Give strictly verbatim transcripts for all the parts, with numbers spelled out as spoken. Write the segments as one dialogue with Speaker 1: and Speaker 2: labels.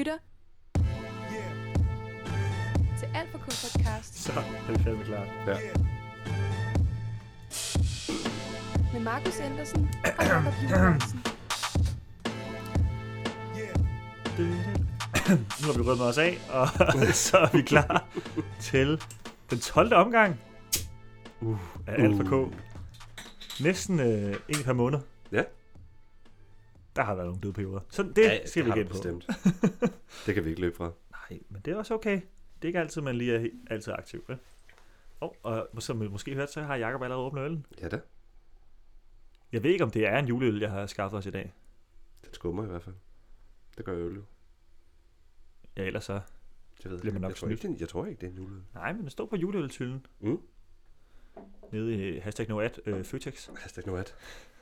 Speaker 1: lytter til Alt for K podcast.
Speaker 2: Så er vi fandme klar.
Speaker 3: Ja.
Speaker 1: Med Markus Andersen og Jacob Juhl-Hansen.
Speaker 2: Nu har vi ryddet os af, og så er vi klar til den tolvte omgang uh, af Alt for K. Næsten øh, en per måned.
Speaker 3: Ja.
Speaker 2: Der har været nogle døde perioder. Så det ja, skal vi igen på.
Speaker 3: Bestemt. Det kan vi ikke løbe fra.
Speaker 2: Nej, men det er også okay. Det er ikke altid, man lige er he- altid aktiv. Ja? Oh, og som I måske hørt, så har Jacob allerede åbnet øllen.
Speaker 3: Ja da.
Speaker 2: Jeg ved ikke, om det er en juleøl, jeg har skaffet os i dag.
Speaker 3: Den skummer i hvert fald. Det gør øl jo.
Speaker 2: Ja, ellers så
Speaker 3: Det ved
Speaker 2: bliver man nok
Speaker 3: jeg, tror
Speaker 2: snydt.
Speaker 3: ikke, jeg tror ikke, det er en juleøl.
Speaker 2: Nej, men det står på juleøltylden.
Speaker 3: Mm.
Speaker 2: Nede i hashtag Noat øh, Føtex.
Speaker 3: Hashtag Noat.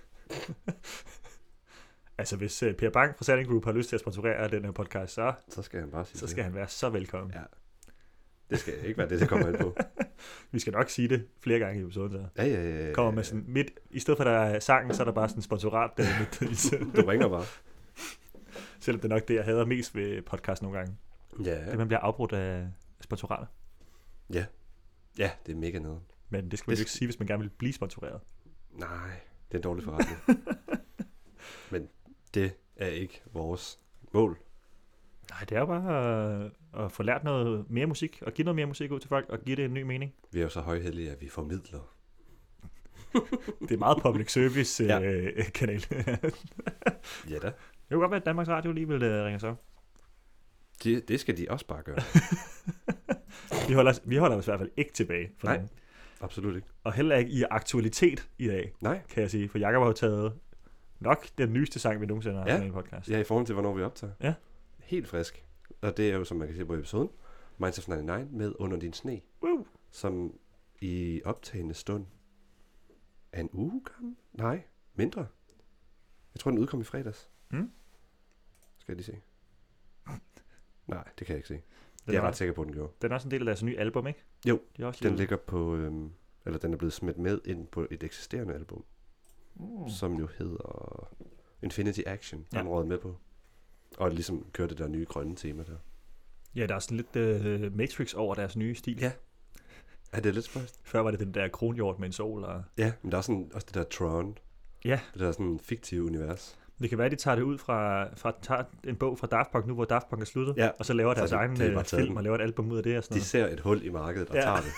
Speaker 2: Altså, hvis uh, Per Bang fra Sanding Group har lyst til at sponsorere den her podcast, så,
Speaker 3: Så skal han bare sige
Speaker 2: så
Speaker 3: det.
Speaker 2: skal han være så velkommen.
Speaker 3: Ja. Det skal ikke være det, det kommer ind på.
Speaker 2: Vi skal nok sige det flere gange i episoden, så
Speaker 3: Ja, ja, ja. ja.
Speaker 2: kommer med sådan midt, i stedet for der er sangen, så er der bare sådan en sponsorat der midt.
Speaker 3: Du ringer bare.
Speaker 2: Selvom det er nok det, jeg hader mest ved podcast nogle gange.
Speaker 3: Ja.
Speaker 2: Det man bliver afbrudt af sponsorater.
Speaker 3: Ja. Ja, det er mega nederen.
Speaker 2: Men det skal man
Speaker 3: Det
Speaker 2: jo ikke sige, hvis man gerne vil blive sponsoreret.
Speaker 3: Nej, det er en dårlig forretning. Men det er ikke vores mål.
Speaker 2: Nej, det er jo bare at, at få lært noget mere musik, og give noget mere musik ud til folk, og give det en ny mening.
Speaker 3: Vi er jo så højheldige, at vi formidler.
Speaker 2: Det er meget public service
Speaker 3: Ja.
Speaker 2: øh, kanal.
Speaker 3: Ja da.
Speaker 2: Det kunne godt være, at Danmarks Radio lige vil uh, ringe så.
Speaker 3: Det, det skal de også bare gøre.
Speaker 2: Vi holder, vi holder os i hvert fald ikke tilbage. For
Speaker 3: Nej.
Speaker 2: den.
Speaker 3: Absolut ikke.
Speaker 2: Og heller ikke i aktualitet i dag,
Speaker 3: Nej.
Speaker 2: kan jeg sige. For Jacob har jo taget nok den nyeste sang, vi nogensinde har
Speaker 3: Ja.
Speaker 2: haft i en podcast.
Speaker 3: Ja, i forhold til, hvornår vi optager.
Speaker 2: Ja.
Speaker 3: Helt frisk. Og det er jo, som man kan se på episoden, Minds of nioghalvfems med Under din sne.
Speaker 2: Woo.
Speaker 3: Som i optagende stund er en uge gammel? Nej, mindre. Jeg tror, den udkom i fredags.
Speaker 2: Mm.
Speaker 3: Skal jeg lige se? Nej, det kan jeg ikke se.
Speaker 2: Den
Speaker 3: Jeg er
Speaker 2: er,
Speaker 3: ret sikker på, at den gjorde.
Speaker 2: den er også en del af deres nye album, ikke?
Speaker 3: Jo,
Speaker 2: De er også
Speaker 3: Den
Speaker 2: lige-
Speaker 3: ligger på, øhm, eller den er blevet smidt med ind på et eksisterende album,
Speaker 2: Mm.
Speaker 3: som jo hedder Infinity Action.
Speaker 2: Ja.
Speaker 3: Den råd med på. Og ligesom kører det der nye grønne tema der.
Speaker 2: Ja, der er sådan lidt uh, Matrix over deres nye stil.
Speaker 3: Ja. Er det lidt spøjst?
Speaker 2: Før var det den der kronhjort med en sol. Og...
Speaker 3: Ja, men der er sådan også det der Tron.
Speaker 2: Ja.
Speaker 3: Det der sådan fiktive univers.
Speaker 2: Det kan være, at de tager det ud fra, fra tager en bog fra Daft Punk nu, hvor Daft Punk er sluttet.
Speaker 3: Ja.
Speaker 2: Og så laver deres
Speaker 3: Så det-
Speaker 2: egen
Speaker 3: det er bare
Speaker 2: øh,
Speaker 3: taget
Speaker 2: film
Speaker 3: den.
Speaker 2: og laver et album ud af det og sådan
Speaker 3: De
Speaker 2: noget.
Speaker 3: ser et hul i markedet og
Speaker 2: Ja.
Speaker 3: tager det.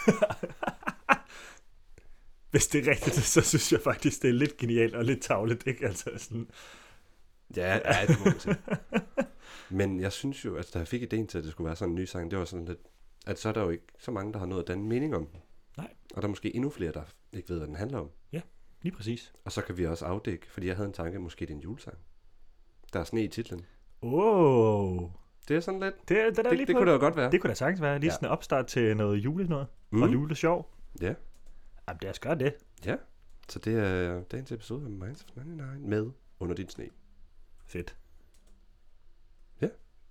Speaker 2: Hvis det er rigtigt, så synes jeg faktisk, det er lidt genialt og lidt tavligt, ikke? Altså sådan...
Speaker 3: Ja, ja, det må man sige. Men jeg synes jo, at da jeg fik idéen til, at det skulle være sådan en ny sang, det var sådan lidt, at så er der jo ikke så mange, der har noget at danne mening om den.
Speaker 2: Nej.
Speaker 3: Og der er måske endnu flere, der ikke ved, hvad den handler om.
Speaker 2: Lige præcis.
Speaker 3: Og så kan vi også afdække, fordi jeg havde en tanke, måske det er en julesang. Der er sne i titlen.
Speaker 2: Åh,
Speaker 3: Det er sådan lidt,
Speaker 2: det, det, der
Speaker 3: det,
Speaker 2: lige
Speaker 3: det
Speaker 2: på.
Speaker 3: kunne da jo godt være.
Speaker 2: Det kunne da sagtens være. Lige
Speaker 3: Ja.
Speaker 2: sådan en opstart til noget jule noget.
Speaker 3: Mm.
Speaker 2: Og julesjov.
Speaker 3: Ja,
Speaker 2: Jamen, lad os gøre det.
Speaker 3: ja. Så det er dagens episode af Minds of nioghalvfems med Under din sne.
Speaker 2: Fedt.
Speaker 3: Ja.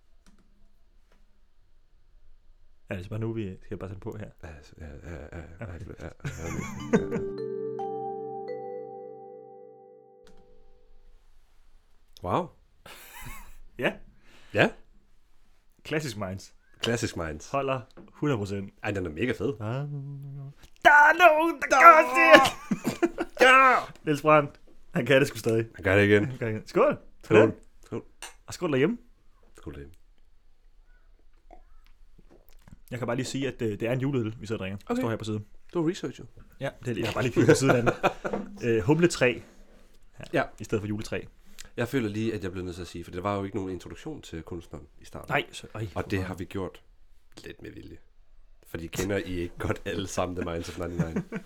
Speaker 2: Ja, det er bare nu, vi skal bare sætte på her.
Speaker 3: Ja, ja, ja, ja, ja, ja,
Speaker 2: Okay.
Speaker 3: ja, ja, ja. Wow.
Speaker 2: Ja.
Speaker 3: Ja,
Speaker 2: Classic Minds.
Speaker 3: Classic Minds.
Speaker 2: Holder hundrede procent.
Speaker 3: Ej, den er mega fed.
Speaker 2: Der er nogen, der gør det!
Speaker 3: Ja!
Speaker 2: Niels Brandt, han kan det sgu stadig.
Speaker 3: Jeg gør det igen.
Speaker 2: Han kan- Skål! For
Speaker 3: Skål.
Speaker 2: den.
Speaker 3: Skål.
Speaker 2: Og skål derhjemme.
Speaker 3: Skål det.
Speaker 2: Jeg kan bare lige sige, at det, det er en juleøl, vi sidder og drikker. Okay.
Speaker 3: Okay.
Speaker 2: Står her på siden.
Speaker 3: Du har researchet.
Speaker 2: Ja, det er, jeg har bare lige kigget på siden af den. Øh, humletræ.
Speaker 3: Ja.
Speaker 2: I stedet for juletræ.
Speaker 3: Jeg føler lige, at jeg bliver nødt til at sige, for det var jo ikke nogen introduktion til kunstneren i starten.
Speaker 2: Nej, så, øj,
Speaker 3: Og det har vi gjort lidt med vilje. Fordi kender I ikke godt alle sammen The Minds of nioghalvfems?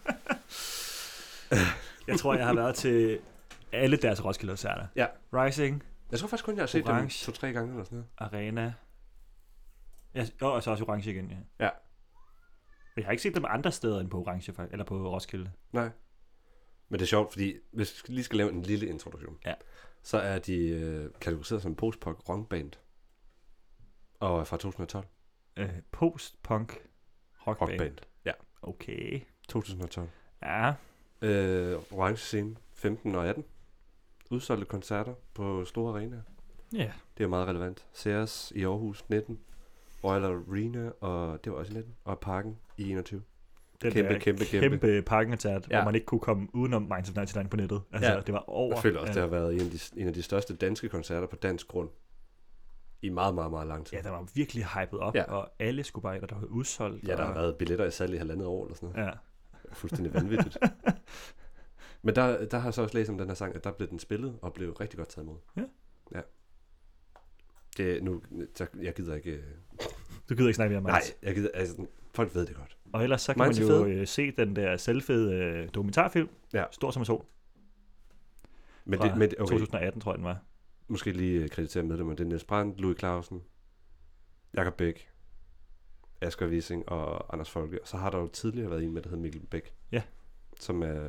Speaker 2: Jeg tror, jeg har været til alle deres Roskilde-koncerter.
Speaker 3: Ja.
Speaker 2: Rising,
Speaker 3: Jeg tror faktisk kun, jeg har set
Speaker 2: Orange.
Speaker 3: dem to-tre gange eller sådan noget.
Speaker 2: Arena. Ja, og så også Orange igen, ja.
Speaker 3: Ja.
Speaker 2: Men jeg har ikke set dem andre steder end på Orange, faktisk, eller på Roskilde.
Speaker 3: Nej. Men det er sjovt, fordi hvis vi lige skal lave en lille introduktion,
Speaker 2: Ja.
Speaker 3: så er de øh, kategoriseret som post-punk rockband. Og er fra to tusind og tolv.
Speaker 2: Øh, post-punk rockband.
Speaker 3: Rockband. Ja.
Speaker 2: Okay.
Speaker 3: to tusind og tolv.
Speaker 2: Ja.
Speaker 3: Øh, Orange scene femten og atten. Udsolgte koncerter på store arenaer.
Speaker 2: Ja.
Speaker 3: Det er meget relevant. Ceres i Aarhus nitten, Royal Arena, og det var også i nitten, og Parken i enogtyve.
Speaker 2: Den
Speaker 3: Kæmpe,
Speaker 2: der
Speaker 3: kæmpe,
Speaker 2: kæmpe,
Speaker 3: kæmpe.
Speaker 2: kæmpe parkkoncert,
Speaker 3: Ja.
Speaker 2: hvor man ikke kunne komme udenom Minds of nioghalvfems på nettet. Altså,
Speaker 3: Ja.
Speaker 2: det var over.
Speaker 3: Jeg føler også,
Speaker 2: ja.
Speaker 3: det har været en af, de, en af de største danske koncerter på dansk grund i meget, meget, meget lang tid.
Speaker 2: Ja, der var virkelig hypet op,
Speaker 3: Ja.
Speaker 2: og alle skulle bare ind, og der var udsolgt.
Speaker 3: Ja, der
Speaker 2: og...
Speaker 3: har været billetter i salg i halvandet år eller sådan noget.
Speaker 2: Ja.
Speaker 3: Fuldstændig vanvittigt. Men der, der har jeg så også læst om den her sang, at der blev den spillet og blev rigtig godt taget imod.
Speaker 2: Ja.
Speaker 3: Ja. Det, nu, så, jeg gider ikke... øh,
Speaker 2: Du gider ikke snakke mere om
Speaker 3: Nej,
Speaker 2: Minds.
Speaker 3: jeg gider, altså, folk ved det godt.
Speaker 2: Og ellers så kan
Speaker 3: Minds
Speaker 2: man
Speaker 3: er
Speaker 2: jo
Speaker 3: fed.
Speaker 2: øh, se den der selvfede øh, dokumentarfilm,
Speaker 3: Ja.
Speaker 2: Stor som en sol,
Speaker 3: Men
Speaker 2: fra
Speaker 3: det, men, okay,
Speaker 2: to tusind og atten, tror jeg, den var.
Speaker 3: måske lige kreditere medlemmer. Det er Niels Brandt, Louis Clausen, Jakob Bæk, Asger Wissing og Anders Folke. Og så har der jo tidligere været en med, der hedder Mikkel Bæk.
Speaker 2: Ja.
Speaker 3: Som er...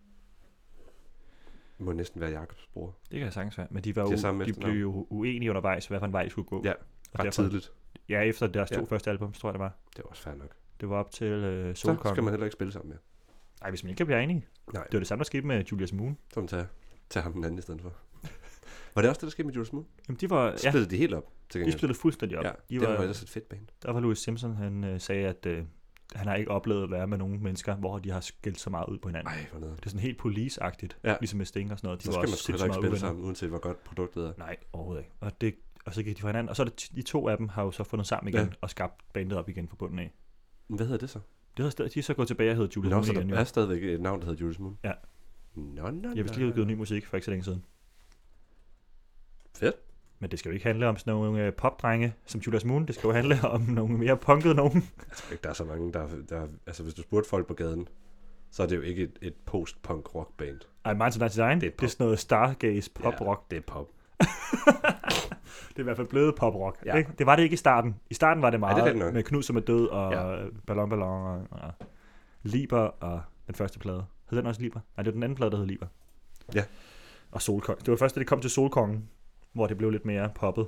Speaker 3: må næsten være Jakobs bror.
Speaker 2: Det kan jeg sagtens være. Men de, var
Speaker 3: De
Speaker 2: jo,
Speaker 3: er samme
Speaker 2: de
Speaker 3: efternavn.
Speaker 2: blev jo uenige undervejs, hvad for en vej de skulle gå.
Speaker 3: Ja,
Speaker 2: Og
Speaker 3: ret
Speaker 2: derfor-
Speaker 3: tidligt.
Speaker 2: Ja, efter deres to
Speaker 3: Ja.
Speaker 2: første album, tror jeg det var.
Speaker 3: Det var også fair nok.
Speaker 2: Det var op til øh,
Speaker 3: Så
Speaker 2: Solkongen.
Speaker 3: skal man heller ikke spille sammen med.
Speaker 2: Nej, hvis man ikke kan blive enige.
Speaker 3: Nej,
Speaker 2: Det var det samme, der skete med Julius Moon.
Speaker 3: så må man tage, tage ham den anden i stedet for. Var det også det, der skete med Julius Moon?
Speaker 2: Jamen, de var,
Speaker 3: Så
Speaker 2: ja,
Speaker 3: spillede de helt op til
Speaker 2: de
Speaker 3: gengæld.
Speaker 2: spillede fuldstændig op.
Speaker 3: Ja,
Speaker 2: de
Speaker 3: det
Speaker 2: var,
Speaker 3: var ellers et fedt band.
Speaker 2: der var Louis Simpson, han øh, sagde, at øh, han har ikke oplevet at være med nogle mennesker, hvor de har skældt så meget ud på hinanden.
Speaker 3: Ej, hvor noget.
Speaker 2: Det er sådan helt police-agtigt,
Speaker 3: Ja.
Speaker 2: ligesom med Sting og sådan noget. De
Speaker 3: Så
Speaker 2: var
Speaker 3: skal man
Speaker 2: også
Speaker 3: sgu heller
Speaker 2: sindssygt
Speaker 3: ikke
Speaker 2: meget
Speaker 3: spille
Speaker 2: uvenner.
Speaker 3: sammen, uanset hvor godt produktet er.
Speaker 2: Nej, overhovedet ikke. Og, det, og så gik de fra hinanden, og så er det de to af dem har jo så fundet sammen igen
Speaker 3: Ja.
Speaker 2: og skabt bandet op igen fra bunden af.
Speaker 3: Men hvad hedder det så?
Speaker 2: Det har stadig, de er så gået tilbage og hedder Julius
Speaker 3: Nå,
Speaker 2: Moon
Speaker 3: så
Speaker 2: igen.
Speaker 3: der
Speaker 2: Jo.
Speaker 3: er stadigvæk et navn, der hedder Julius Moon?
Speaker 2: Ja.
Speaker 3: Nå, nå,
Speaker 2: Jeg har lige udgivet ny musik for ikke så længe siden.
Speaker 3: Fedt.
Speaker 2: Men det skal jo ikke handle om sådan nogle øh, popdrenge som Julius Moon. Det skal jo handle om nogle mere punkede nogen.
Speaker 3: Jeg tror ikke, der er så mange, der, der... Altså, hvis du spurgte folk på gaden, så er det jo ikke et, et post-punk rock band.
Speaker 2: Ej, Minds of nioghalvfems,
Speaker 3: Det er
Speaker 2: det, det er sådan noget stargaze pop-rock.
Speaker 3: Ja, det er pop.
Speaker 2: Det er i hvert fald blevet pop-rock.
Speaker 3: Ja.
Speaker 2: Ikke? Det var det ikke i starten. I starten var det
Speaker 3: Ej, det er
Speaker 2: meget
Speaker 3: det nok.
Speaker 2: med Knud som er død, og
Speaker 3: Ja.
Speaker 2: ja. Ballon Ballon, og, og Liber, og den første plade. Hed den også Liber? Nej, det var den anden plade, der hed Liber.
Speaker 3: Ja.
Speaker 2: Og Solkongen. Det var først, da det kom til Solkongen, hvor det blev lidt mere poppet.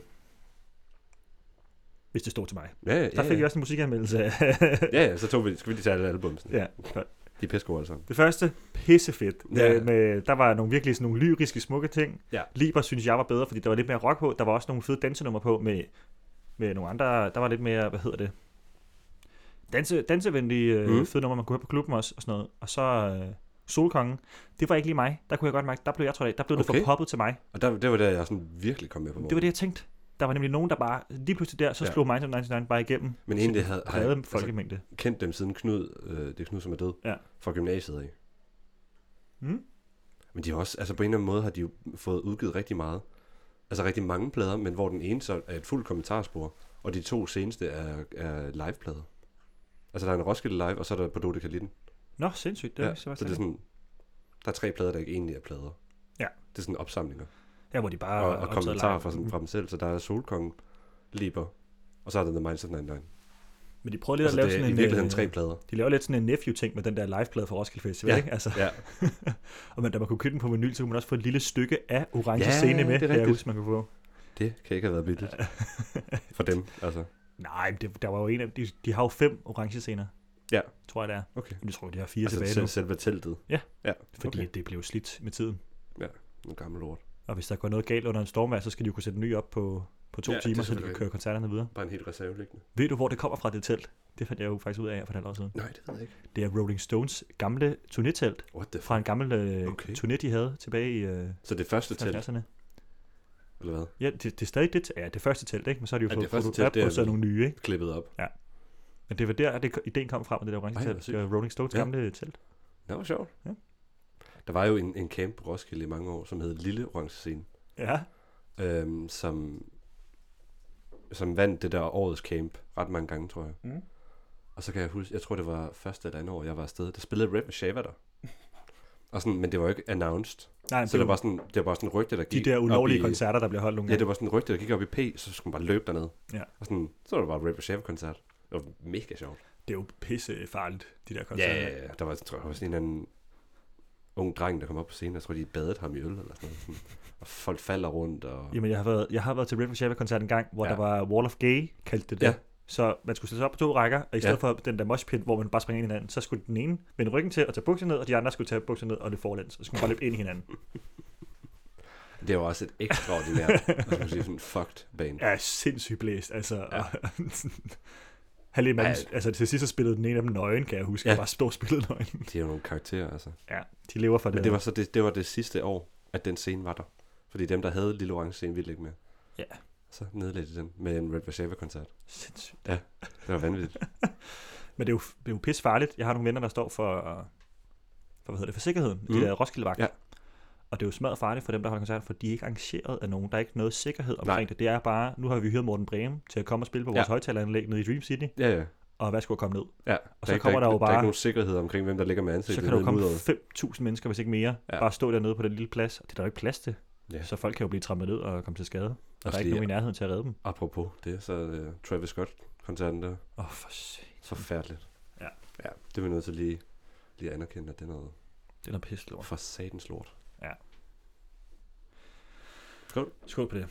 Speaker 2: Hvis det stod til mig.
Speaker 3: Ja, ja,
Speaker 2: Der fik
Speaker 3: ja.
Speaker 2: jeg også en musikanmeldelse af.
Speaker 3: Ja, ja, så tog vi, skal vi lige tage alle album. Sådan.
Speaker 2: Ja, godt.
Speaker 3: De er pisse gode alle sammen.
Speaker 2: Det første, pissefedt.
Speaker 3: Ja.
Speaker 2: Med, med, der var nogle virkelig sådan nogle lyriske, smukke ting.
Speaker 3: Ja.
Speaker 2: Liber synes jeg var bedre, fordi der var lidt mere rock på. Der var også nogle fede dansenummer på med, med nogle andre. Der var lidt mere, hvad hedder det? Danse, dansevenlige øh,
Speaker 3: Mm.
Speaker 2: fede nummer, man kunne høre på klubben også. Og sådan noget. Og så øh, Solkongen. Det var ikke lige mig. Der kunne jeg godt mærke, der blev jeg trådt af. Der blev det
Speaker 3: Okay.
Speaker 2: for poppet til mig.
Speaker 3: Og der, det var der, jeg sådan virkelig kom med på.
Speaker 2: Det var det, jeg tænkte. Der var nemlig nogen, der bare, lige pludselig der, så
Speaker 3: Ja.
Speaker 2: slog Minds of nioghalvfems bare igennem.
Speaker 3: Men egentlig havde, har
Speaker 2: Brede
Speaker 3: jeg altså,
Speaker 2: folkemængde.
Speaker 3: kendt dem siden Knud, øh, det er Knud, som er død,
Speaker 2: Ja.
Speaker 3: fra gymnasiet af.
Speaker 2: Mm?
Speaker 3: Men de har også, altså på en eller anden måde har de jo fået udgivet rigtig meget. Altså rigtig mange plader, men hvor den ene så er et fuldt kommentarspor, og de to seneste er, er liveplader. Altså der er en Roskilde Live, og så er der på Dodekalitten.
Speaker 2: Nå, sindssygt. Det
Speaker 3: Ja,
Speaker 2: ja, så,
Speaker 3: så det er sådan, der er tre plader, der ikke egentlig er plader.
Speaker 2: Ja.
Speaker 3: Det er sådan opsamlinger.
Speaker 2: ja, hvor de bare
Speaker 3: Og, og
Speaker 2: optræder
Speaker 3: kommentarer
Speaker 2: live.
Speaker 3: fra, sådan, fra dem selv. Så der er Solkongen, Liber, og så er der The Minds of nioghalvfems.
Speaker 2: Men de prøver lidt
Speaker 3: Altså
Speaker 2: at lave
Speaker 3: det er
Speaker 2: sådan
Speaker 3: i
Speaker 2: en...
Speaker 3: virkeligheden
Speaker 2: øh,
Speaker 3: tre plader.
Speaker 2: De laver lidt sådan en nephew-ting med den der liveplade fra Roskilde Festival,
Speaker 3: Ja,
Speaker 2: ikke? Altså,
Speaker 3: ja.
Speaker 2: og man, da man kunne købe den på vinyl, så kunne man også få et lille stykke af orange
Speaker 3: Ja,
Speaker 2: scene med,
Speaker 3: det er
Speaker 2: kan jeg
Speaker 3: rigtigt.
Speaker 2: huske, man kunne få.
Speaker 3: Det kan ikke have været billigt for dem. Altså.
Speaker 2: Nej, men det, der var jo en af... De, de har jo fem orange scener.
Speaker 3: Ja.
Speaker 2: Tror jeg, det er.
Speaker 3: Okay.
Speaker 2: Men jeg tror, de har fire
Speaker 3: Altså
Speaker 2: tilbage
Speaker 3: selv,
Speaker 2: nu.
Speaker 3: selve teltet.
Speaker 2: Ja.
Speaker 3: Ja,
Speaker 2: Fordi
Speaker 3: okay.
Speaker 2: det blev slidt med tiden.
Speaker 3: En gammel lort.
Speaker 2: Og hvis der går noget galt under en stormvejr, så skal de jo kunne sætte en ny op på, på to
Speaker 3: Ja,
Speaker 2: ja,
Speaker 3: det er
Speaker 2: timer, så de
Speaker 3: selvfølgelig
Speaker 2: kan køre koncerterne videre.
Speaker 3: Bare en helt reserve liggende.
Speaker 2: Ved du, hvor det kommer fra, det telt? Det fandt jeg jo faktisk ud af for et halvt år siden.
Speaker 3: Nej, det ved jeg ikke.
Speaker 2: Det er Rolling Stones gamle turnételt
Speaker 3: What the
Speaker 2: fra en
Speaker 3: fuck?
Speaker 2: gammel øh,
Speaker 3: Okay.
Speaker 2: turné, de havde tilbage i øh,
Speaker 3: Så det første telt,
Speaker 2: halvfjerdserne.
Speaker 3: eller hvad?
Speaker 2: Ja, det, det er stadig det, ja, det første telt, ikke? Men så har de jo
Speaker 3: Ja,
Speaker 2: fået
Speaker 3: det første
Speaker 2: fotograferet
Speaker 3: telt, det er
Speaker 2: på sådan
Speaker 3: vel-
Speaker 2: nogle nye, ikke?
Speaker 3: Klippet op.
Speaker 2: Men det var der, at det, ideen kom frem med det der orange
Speaker 3: Ej, hvor
Speaker 2: telt.
Speaker 3: sygt.
Speaker 2: Det var Rolling Stones
Speaker 3: Ja.
Speaker 2: gamle telt.
Speaker 3: Det var sjovt.
Speaker 2: Ja.
Speaker 3: Der var jo en, en camp på Roskilde i mange år, som hed Lille Orange Scene,
Speaker 2: Ja.
Speaker 3: øhm, som, som vandt det der årets camp ret mange gange, tror jeg.
Speaker 2: Mm.
Speaker 3: Og så kan jeg huske, jeg tror det var første eller andet år, jeg var afsted. Der spillede Red Shava der. Og sådan, men det var jo ikke announced.
Speaker 2: Nej,
Speaker 3: Så
Speaker 2: det
Speaker 3: det
Speaker 2: var
Speaker 3: var sådan, det var bare sådan en rygte, der
Speaker 2: de
Speaker 3: gik
Speaker 2: der
Speaker 3: op
Speaker 2: ulovlige
Speaker 3: i,
Speaker 2: koncerter, der bliver holdt nogle
Speaker 3: Ja,
Speaker 2: gange.
Speaker 3: det var sådan en rygte, der gik op i P, så skulle man bare løbe derned.
Speaker 2: Ja.
Speaker 3: Og sådan, så var det bare Red Shava-koncert. Det var mega sjovt.
Speaker 2: Det er jo pisse farligt, de der
Speaker 3: Ja,
Speaker 2: koncerter.
Speaker 3: ja, ja. Der var, tror jeg, der var sådan en eller anden ung dreng, der kom op på scenen. Jeg tror, de badede ham i øl eller sådan noget. Sådan. Og folk falder rundt. Og...
Speaker 2: Jamen, jeg har været, jeg har været til Red Shava-koncert en gang, hvor
Speaker 3: Ja.
Speaker 2: ja. der var Wall of Gay, kaldte det det.
Speaker 3: Ja.
Speaker 2: Så man skulle sætte sig op på to rækker, og i stedet
Speaker 3: Ja.
Speaker 2: ja. for den der moshpit, hvor man bare springer ind i hinanden, så skulle den ene vende ryggen til og tage bukser ned, og de andre skulle tage bukser ned og løbe forlæns. Og så skulle man bare løbe ind i hinanden.
Speaker 3: Det var også et ekstraordinært, hvad skal man sige, sådan fucked band.
Speaker 2: Ja, sindssygt blæst, altså.
Speaker 3: Ja.
Speaker 2: Ja. Halvdelen af
Speaker 3: Ja.
Speaker 2: dem, altså til sidst så spillede den ene af dem nøgen, kan jeg huske.
Speaker 3: Ja.
Speaker 2: Jeg bare stod og spillede nøgen.
Speaker 3: Det er jo nogle karakterer, altså.
Speaker 2: Ja, de lever for det.
Speaker 3: Men det var så det, det, var det sidste år, at den scene var der. Fordi dem, der havde Lille Orange scene, ville ikke mere.
Speaker 2: Ja.
Speaker 3: Så nedlagde de den med en Red Warszawa-koncert.
Speaker 2: Sindssygt.
Speaker 3: Det var vanvittigt.
Speaker 2: Men det er jo, det er jo pisse farligt. Jeg har nogle venner, der står for, for hvad hedder det, for sikkerheden. Mm.
Speaker 3: Mm.
Speaker 2: Det er Roskildevagt.
Speaker 3: Ja.
Speaker 2: Og det er jo smadret farligt for dem, der holder koncert, for de er ikke arrangeret af nogen. Der er ikke noget sikkerhed omkring
Speaker 3: Nej.
Speaker 2: det. Det er bare, nu har vi hyret Morten Breum til at komme og spille på vores
Speaker 3: Ja.
Speaker 2: højtaleranlæg nede i Dream City.
Speaker 3: Ja, ja.
Speaker 2: Og hvad skulle komme ned?
Speaker 3: ja.
Speaker 2: Og så
Speaker 3: der,
Speaker 2: kommer
Speaker 3: der,
Speaker 2: der jo
Speaker 3: der, der er
Speaker 2: bare-
Speaker 3: ikke nogen sikkerhed omkring, hvem der ligger med
Speaker 2: Så
Speaker 3: ansigtet
Speaker 2: kan der jo
Speaker 3: nede i
Speaker 2: komme
Speaker 3: mudderet.
Speaker 2: fem tusind mennesker, hvis ikke mere,
Speaker 3: Ja.
Speaker 2: ja. bare stå dernede på den lille plads. Og det er der jo ikke plads til.
Speaker 3: Ja.
Speaker 2: Så folk kan jo blive trampet ned og komme til skade. Og der
Speaker 3: Også
Speaker 2: er ikke
Speaker 3: lige-
Speaker 2: nogen i nærheden til at redde dem.
Speaker 3: Apropos det, så uh, Travis Scott-koncerten der,
Speaker 2: Åh, oh, for satan.
Speaker 3: forfærdeligt.
Speaker 2: Ja.
Speaker 3: Ja, det er vi nødt til lige, lige at anerkende, at det er noget
Speaker 2: Det er noget pisse lort.
Speaker 3: for satans lort.
Speaker 2: Ja.
Speaker 3: Skål.
Speaker 2: Skål på det.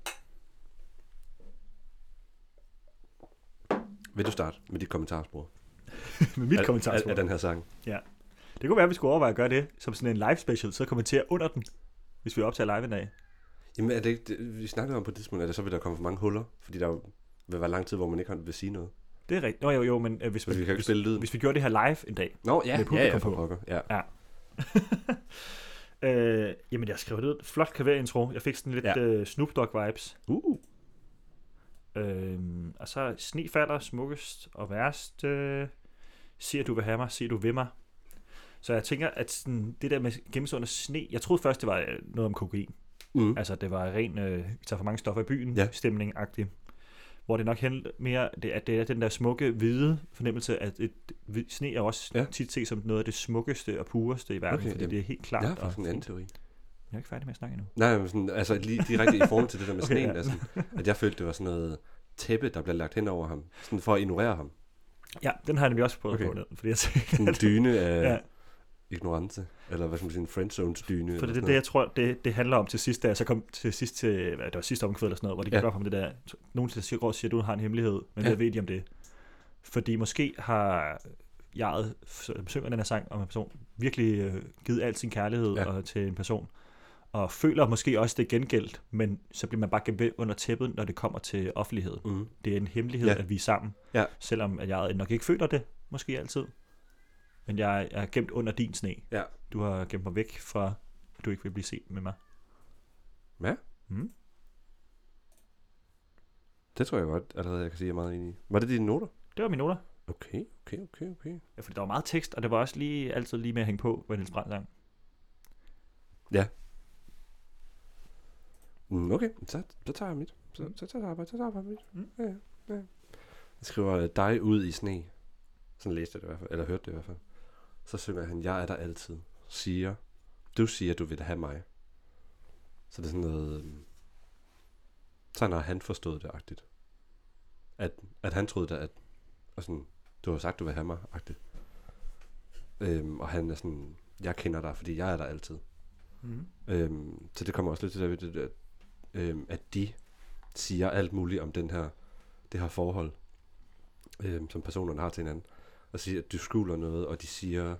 Speaker 3: Vil du starte med dit kommentarspor?
Speaker 2: Med mit
Speaker 3: af,
Speaker 2: kommentar.
Speaker 3: af, af den her sang?
Speaker 2: Det kunne være, at vi skulle overveje at gøre det som sådan en live special, så kommentere under den, hvis vi optager live en dag.
Speaker 3: Jamen, er det ikke, det, vi snakkede om på det tidspunkt, at der så vil der komme for mange huller, fordi der jo vil være lang tid, hvor man ikke vil sige noget.
Speaker 2: Det er rigtigt. Nå jo, jo, men øh, hvis,
Speaker 3: Men vi
Speaker 2: vi,
Speaker 3: kan jo ikke
Speaker 2: hvis,
Speaker 3: spille lyden.
Speaker 2: hvis vi gjorde det her live en dag.
Speaker 3: Nå, ja,
Speaker 2: med
Speaker 3: ja,
Speaker 2: publikum
Speaker 3: ja, for
Speaker 2: på.
Speaker 3: pokker. Ja.
Speaker 2: øh, jamen, jeg skrev det ud. Flot klaverintro. Jeg fik sådan lidt
Speaker 3: Ja.
Speaker 2: ja. øh, Snoop Dogg vibes.
Speaker 3: Uh.
Speaker 2: Øh, og så sne falder smukkest og værst. Øh, siger du vil have mig, siger du vil mig. Så jeg tænker, at sådan, det der med gemmes under sne, jeg troede først, det var øh, noget om kokain.
Speaker 3: Mm.
Speaker 2: Altså, det var ren, øh, vi tager for mange stoffer i byen,
Speaker 3: Ja.
Speaker 2: ja. stemning-agtig. Hvor det nok hen mere, det er, det er den der smukke, hvide fornemmelse, at et, hvid- sne er også
Speaker 3: Ja.
Speaker 2: ja. tit set som noget af det smukkeste og pureste i verden,
Speaker 3: Okay,
Speaker 2: okay, fordi
Speaker 3: jamen,
Speaker 2: det er helt klart
Speaker 3: Jeg har
Speaker 2: og
Speaker 3: faktisk en anden
Speaker 2: fint.
Speaker 3: teori.
Speaker 2: Jeg er ikke færdig med at snakke endnu.
Speaker 3: Nej, men sådan, altså lige direkte i forhold til det der med
Speaker 2: Okay,
Speaker 3: sneen,
Speaker 2: ja.
Speaker 3: ja. sådan, at jeg følte, det var sådan noget tæppe, der blev lagt hen over ham, sådan for at ignorere ham.
Speaker 2: Ja, den har jeg nemlig også prøvet
Speaker 3: Okay.
Speaker 2: okay. på ned, fordi jeg tænkte,
Speaker 3: Sådan en dyne af
Speaker 2: ja,
Speaker 3: ja. ignorance, eller hvad skal man sige, en friendzones dyne.
Speaker 2: for
Speaker 3: eller
Speaker 2: det er
Speaker 3: sådan
Speaker 2: det, jeg tror, det, det handler om til sidst, da jeg så kom til sidst til, hvad, det var sidste omkvæd eller sådan noget, hvor de
Speaker 3: Ja.
Speaker 2: gik op om det der, nogen til siger, siger, du har en hemmelighed, men
Speaker 3: Ja.
Speaker 2: hvad ved de om det? Fordi måske har jeg synger den her sang om en person, virkelig øh, givet al sin kærlighed
Speaker 3: Ja.
Speaker 2: ja. og, til en person, og føler måske også, det er gengældt, men så bliver man bare gemt væk under tæppet, når det kommer til offentlighed.
Speaker 3: noget. Mm.
Speaker 2: Det er en hemmelighed,
Speaker 3: Ja.
Speaker 2: ja. at vi er sammen,
Speaker 3: Ja.
Speaker 2: selvom at jeg nok ikke føler det, måske altid. Men jeg er gemt under din sne.
Speaker 3: Ja.
Speaker 2: Du har gemt mig væk fra, at du ikke vil blive set med mig.
Speaker 3: Ja.
Speaker 2: Mm.
Speaker 3: Det tror jeg godt allerede, jeg kan sige, jeg er meget enig i. Var det dine noter?
Speaker 2: Det var mine noter.
Speaker 3: Okay, okay, okay, okay.
Speaker 2: Ja, fordi der var meget tekst, og det var også lige altid lige med at hænge på, hvad Niels Brandt sang.
Speaker 3: Mm, okay, så, så tager jeg mit. Så, så, så tager jeg, så tager jeg mit.
Speaker 2: Mm.
Speaker 3: Ja, ja, ja. Jeg skriver øh, dig ud i sne. Sådan læste jeg det i hvert fald, eller hørte det i hvert fald. Så synger han, jeg er der altid. Siger, du siger, du vil have mig. Så det er sådan noget, øhm, sådan har han forstået det, agtigt. At, at han troede det, at, og sådan, du har sagt, du vil have mig, agtigt. Øhm, og han er sådan, jeg kender dig, fordi jeg er der altid.
Speaker 2: Mm.
Speaker 3: Øhm, så det kommer også lidt til det, det, øhm, at de siger alt muligt om den her, det her forhold, øhm, som personerne har til hinanden, og siger, at du skjuler noget, og de siger,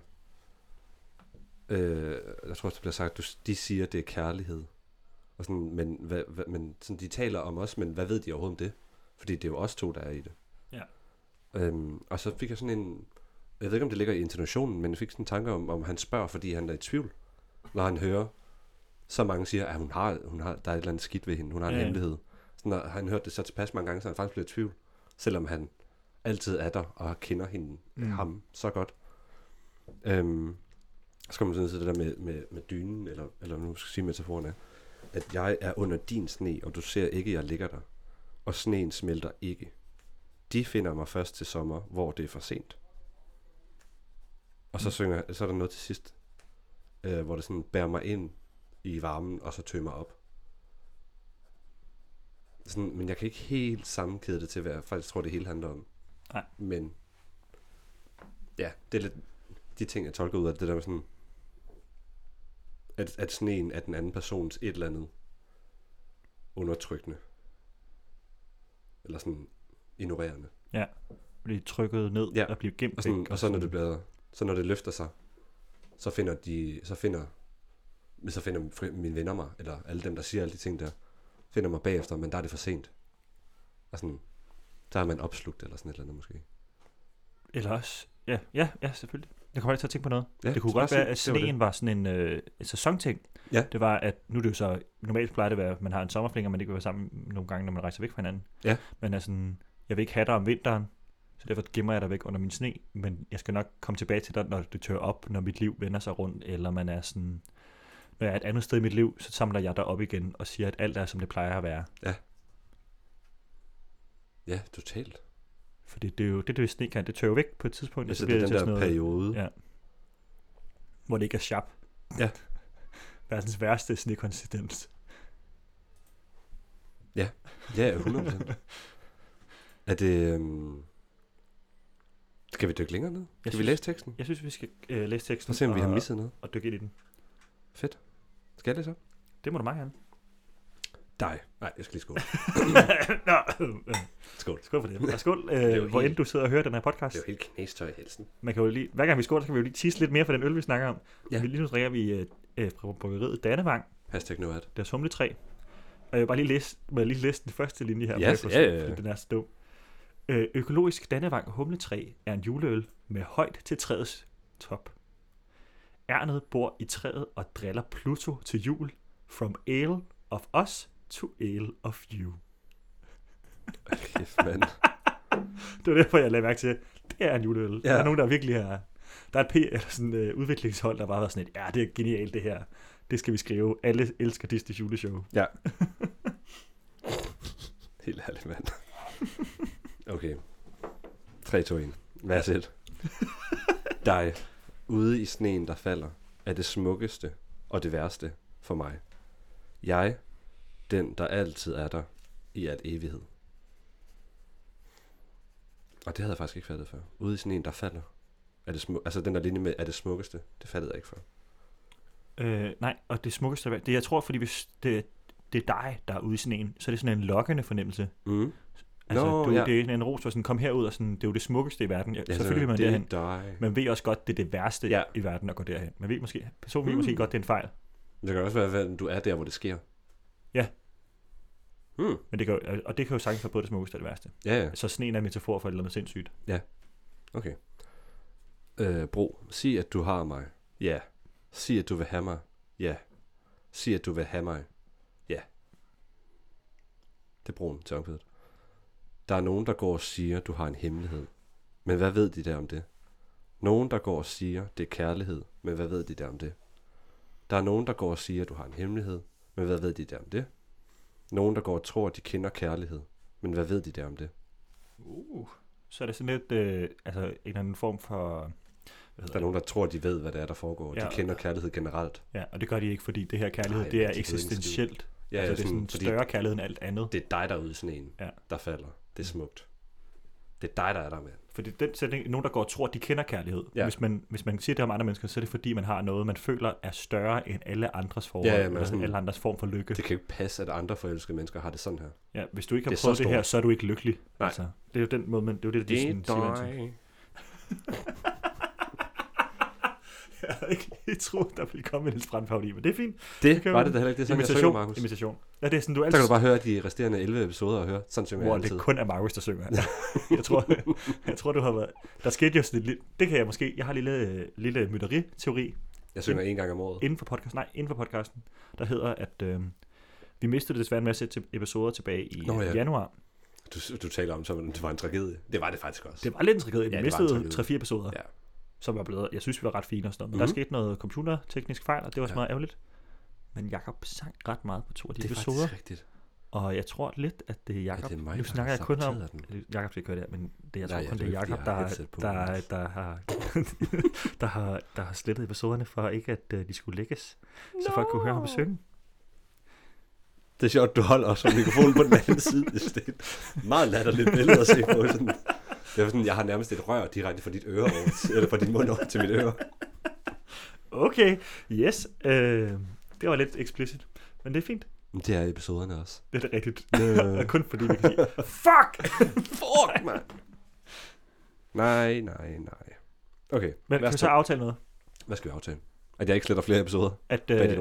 Speaker 3: øh, jeg tror også, det bliver sagt, du, de siger, det er kærlighed, og sådan, men, hvad, hvad, men sådan, de taler om os, men hvad ved de overhovedet om det? Fordi det er jo os to, der er i det.
Speaker 2: Ja.
Speaker 3: Øhm, og så fik jeg sådan en, jeg ved ikke, om det ligger i intonationen, men jeg fik sådan en tanke om, om han spørger, fordi han er i tvivl, når han hører, så mange siger, at hun har, hun har, der er et eller andet skidt ved hende, hun har en
Speaker 2: Ja, ja.
Speaker 3: hemmelighed. Så når han hørte det så tilpas mange gange, så han faktisk bliver i tvivl, selvom han altid er der og kender hende,
Speaker 2: Mm.
Speaker 3: mm. ham så godt. Øhm, så kommer man sådan til det der med, med, med dynen, eller, eller nu skal jeg sige metaforen er, at jeg er under din sne, og du ser ikke, jeg ligger der, og sneen smelter ikke. De finder mig først til sommer, hvor det er for sent. Og så
Speaker 2: Mm.
Speaker 3: synger, så er der noget til sidst, øh, hvor det sådan bærer mig ind i varmen, og så tømmer op. Sådan, men jeg kan ikke helt sammenkæde det til, hvad jeg faktisk tror, det hele handler om.
Speaker 2: Nej.
Speaker 3: Men ja, det er lidt de ting, jeg tolker ud af det der med sådan, at, at sneen er den anden persons et eller andet undertrykkende. Eller sådan ignorerende.
Speaker 2: Blive trykket ned
Speaker 3: Ja.
Speaker 2: og blive gemt
Speaker 3: Og, sådan,
Speaker 2: væk.
Speaker 3: og så når det bliver, så når det løfter sig, så finder de, så finder Men så finder fri- mine venner mig, eller alle dem, der siger alle de ting der, finder mig bagefter, men der er det for sent. Og sådan, der er man opslugt, eller sådan et eller andet måske.
Speaker 2: Eller også, ja, ja, ja, selvfølgelig. Jeg kommer ikke til at tænke på noget.
Speaker 3: Ja,
Speaker 2: Det kunne
Speaker 3: bare
Speaker 2: godt være,
Speaker 3: sig-
Speaker 2: at
Speaker 3: det var det.
Speaker 2: sneen var sådan en, øh, en sæsonting.
Speaker 3: Ja.
Speaker 2: Det var, at nu er det jo så, normalt plejer det at være, at man har en sommerfling, og man ikke vil være sammen nogle gange, når man rejser væk fra hinanden.
Speaker 3: Ja.
Speaker 2: Men er sådan, jeg vil ikke have dig om vinteren, så derfor gemmer jeg dig væk under min sne, men jeg skal nok komme tilbage til dig, når det tør op, når mit liv vender sig rundt, eller man er sådan, når jeg er et andet sted i mit liv, så samler jeg dig op igen og siger, at alt er, som det plejer at være.
Speaker 3: Ja, totalt.
Speaker 2: Fordi det er jo det, det sne kan, det tør jo væk på et tidspunkt, og
Speaker 3: Altså, det er den
Speaker 2: til
Speaker 3: der
Speaker 2: sådan noget,
Speaker 3: periode.
Speaker 2: Ja. hvor det ikke er sharp.
Speaker 3: Ja.
Speaker 2: Verdens værste snekonsistens.
Speaker 3: Ja, hundrede procent. Er det... Øhm... Skal vi dykke længere ned? Skal vi
Speaker 2: synes-
Speaker 3: læse teksten?
Speaker 2: Jeg synes, vi skal øh, læse teksten
Speaker 3: Og se, om vi har
Speaker 2: og,
Speaker 3: misset noget.
Speaker 2: og dykke ind i den.
Speaker 3: Fedt. Skal jeg læse op?
Speaker 2: Det må du meget gerne.
Speaker 3: Dig. Nej, jeg skal lige skåle.
Speaker 2: Nå,
Speaker 3: Skål.
Speaker 2: skål for det. Og skål,
Speaker 3: er jo
Speaker 2: øh, hvor
Speaker 3: helt-
Speaker 2: end du sidder og hører den her podcast.
Speaker 3: Det er jo helt knæstøj i halsen.
Speaker 2: Man kan jo lige, hver gang vi skåler, så kan vi jo lige tease lidt mere for den øl, vi snakker om.
Speaker 3: Ja.
Speaker 2: Vi lige nu drikker vi øh, øh, fra bryggeriet Dannevang,
Speaker 3: Hashtag no ad.
Speaker 2: deres humletræ. Og jeg vil bare lige læse, må jeg lige læse den første linje her,
Speaker 3: Ja,
Speaker 2: for jeg
Speaker 3: ja, ja,
Speaker 2: forstår,
Speaker 3: ja.
Speaker 2: fordi den er så dum. Øh, økologisk Dannevang humletræ er en juleøl med højt til træets top. Ærnet bor i træet og driller Pluto til jul. From ale of us to ale of you.
Speaker 3: Kæft, mand.
Speaker 2: Det var derfor, jeg lagde mærke til, det er en juleøl.
Speaker 3: Ja.
Speaker 2: Der er nogen, der virkelig har... Der er et P, eller sådan et uh, udviklingshold, der bare var sådan et, ja, det er genialt det her. Det skal vi skrive. Alle elsker Disney's juleshow.
Speaker 3: Ja. Helt ærligt, mand. Okay. tre, to, et. Hvad er det? Dig, ude i sneen, der falder, er det smukkeste og det værste for mig. Jeg, den, der altid er der i al evighed. Og det havde jeg faktisk ikke fattet før. Ude i sneen, der falder. Er det smu- altså den der linje med, er det smukkeste, det fattede jeg ikke før.
Speaker 2: Øh, nej, og det smukkeste... Det, jeg tror, fordi hvis det, det er dig, der er ude i sneen, så er det sådan en lokkende fornemmelse.
Speaker 3: Mm.
Speaker 2: Altså,
Speaker 3: Nå,
Speaker 2: du,
Speaker 3: ja.
Speaker 2: det er sådan en ros for sådan, kom herud, og sådan, det er jo det smukkeste i verden. Ja,
Speaker 3: Ja,
Speaker 2: selvfølgelig vil man
Speaker 3: det er
Speaker 2: derhen.
Speaker 3: dig.
Speaker 2: Man ved også godt, det er det værste
Speaker 3: Ja.
Speaker 2: ja. i verden at gå derhen. Man ved måske, personen ved
Speaker 3: Mm.
Speaker 2: måske godt, det er en fejl.
Speaker 3: Det kan også være, at du er der, hvor det sker.
Speaker 2: Ja.
Speaker 3: Hmm.
Speaker 2: Men det kan, jo- og det kan jo sagtens være både det smukkeste og det værste.
Speaker 3: Ja, ja.
Speaker 2: Så sneen er en metafor for et eller andet sindssygt.
Speaker 3: Okay. Øh, bro, sig at du har mig. Ja. Sig at du vil have mig. Ja. Sig at du vil have mig. Ja. Det er broen til omkvædet. Der er nogen, der går og siger, du har en hemmelighed. Men hvad ved de der om det? Nogen, der går og siger, det er kærlighed. Men hvad ved de der om det? Der er nogen, der går og siger, du har en hemmelighed. Men hvad ved de der om det? Nogen, der går og tror, de kender kærlighed. Men hvad ved de der om det?
Speaker 2: Uh. Så er det sådan lidt, øh, altså en eller anden form for... Hvad
Speaker 3: Der
Speaker 2: hedder
Speaker 3: er nogen, der tror, de ved, hvad det er, der foregår. De
Speaker 2: Ja.
Speaker 3: kender kærlighed generelt.
Speaker 2: det? Ja, og det gør de ikke, fordi det her kærlighed,
Speaker 3: Nej,
Speaker 2: det er
Speaker 3: de ved ikke en skid.
Speaker 2: eksistentielt.
Speaker 3: Ja,
Speaker 2: altså,
Speaker 3: ja,
Speaker 2: det er sådan
Speaker 3: fordi
Speaker 2: større kærlighed end alt andet.
Speaker 3: det er dig, der er ude i sneen,
Speaker 2: Ja.
Speaker 3: der falder. Det er smukt. Det er dig, der er der med.
Speaker 2: Fordi den sætning, nogen der går og tror, at de kender kærlighed.
Speaker 3: Ja.
Speaker 2: Ja. Hvis, man, hvis man siger det om andre mennesker, så er det fordi, man har noget, man føler er større end alle andres forhold.
Speaker 3: Ja, ja, men
Speaker 2: eller
Speaker 3: sådan-
Speaker 2: alle andres form for lykke.
Speaker 3: Det kan jo ikke passe, at andre forelskede mennesker har det sådan her.
Speaker 2: Ja, hvis du ikke har
Speaker 3: Det er så
Speaker 2: prøvet det
Speaker 3: stort.
Speaker 2: her, så er du ikke lykkelig.
Speaker 3: Nej.
Speaker 2: Altså, det er jo den måde, man, det er jo det, de sådan siger. man til. Jeg havde ikke lige troet, der ville komme en Niels Brandt-parodi, men det er fint.
Speaker 3: Det
Speaker 2: kan
Speaker 3: var
Speaker 2: jo-
Speaker 3: det da heller ikke. Det er sådan, jeg synger,
Speaker 2: Imitation.
Speaker 3: Markus.
Speaker 2: Imitation. Ja, det er sådan, du
Speaker 3: Så
Speaker 2: altid...
Speaker 3: kan du bare høre de resterende elleve episoder og høre. Sådan synger jeg
Speaker 2: hvor
Speaker 3: altid.
Speaker 2: det kun er Markus, der synger. jeg, tror, jeg tror, du har været... Der skete jo sådan lidt... Det kan jeg måske... Jeg har en lille, lille mytteri-teori
Speaker 3: Jeg synger en gang om året.
Speaker 2: inden for podcasten. Nej, inden for podcasten. Der hedder, at øh, vi mistede desværre en masse til episoder tilbage i
Speaker 3: Nå,
Speaker 2: Nå,
Speaker 3: ja.
Speaker 2: ja. januar.
Speaker 3: Du, du taler om, som om det var en tragedie. Det var det faktisk også.
Speaker 2: Det var lidt en tragedie. Vi
Speaker 3: Ja, det var en
Speaker 2: mistede
Speaker 3: tragedie.
Speaker 2: tre fire episoder,
Speaker 3: Ja.
Speaker 2: som var blevet... Jeg synes, vi var ret fine og sådan noget. Men
Speaker 3: Mhm.
Speaker 2: der skete noget computerteknisk fejl, og det var så
Speaker 3: Ja.
Speaker 2: meget ærgerligt. Men Jakob sang ret meget på to af de
Speaker 3: Det er
Speaker 2: episoder.
Speaker 3: faktisk rigtigt.
Speaker 2: Og jeg tror lidt, at det er Jakob.
Speaker 3: Er det mig,
Speaker 2: nu
Speaker 3: der
Speaker 2: snakker
Speaker 3: har
Speaker 2: jeg kun om...
Speaker 3: saboteret den?
Speaker 2: Jakob skal ikke høre det her, men det, jeg tror
Speaker 3: Nej,
Speaker 2: kun,
Speaker 3: ja,
Speaker 2: det er
Speaker 3: det er
Speaker 2: Jakob,
Speaker 3: fordi,
Speaker 2: der,
Speaker 3: jeg har headset på,
Speaker 2: der,
Speaker 3: Magnus.
Speaker 2: der, har, der, har, der har slettet episoderne for ikke, at uh, de skulle lægges. Så folk kunne høre ham synge.
Speaker 3: Det er sjovt, du holder også mikrofonen på den anden side. Det er et meget latterligt billede at se på. Sådan. Det er sådan, jeg har nærmest et rør direkte fra dit øre over, til- eller fra din mund over til mit øre.
Speaker 2: Okay, yes. Øh, det var lidt explicit, men det er fint.
Speaker 3: Men det er episoderne også.
Speaker 2: Det er det rigtigt.
Speaker 3: Øh.
Speaker 2: Og kun fordi vi kan sige, fuck!
Speaker 3: Fuck, mand! Nej, nej, nej. Okay,
Speaker 2: Men kan vi
Speaker 3: værsgo.
Speaker 2: så aftale noget?
Speaker 3: Hvad skal vi aftale? At jeg ikke sletter flere episoder
Speaker 2: At,
Speaker 3: bag
Speaker 2: øh,
Speaker 3: dit ryg.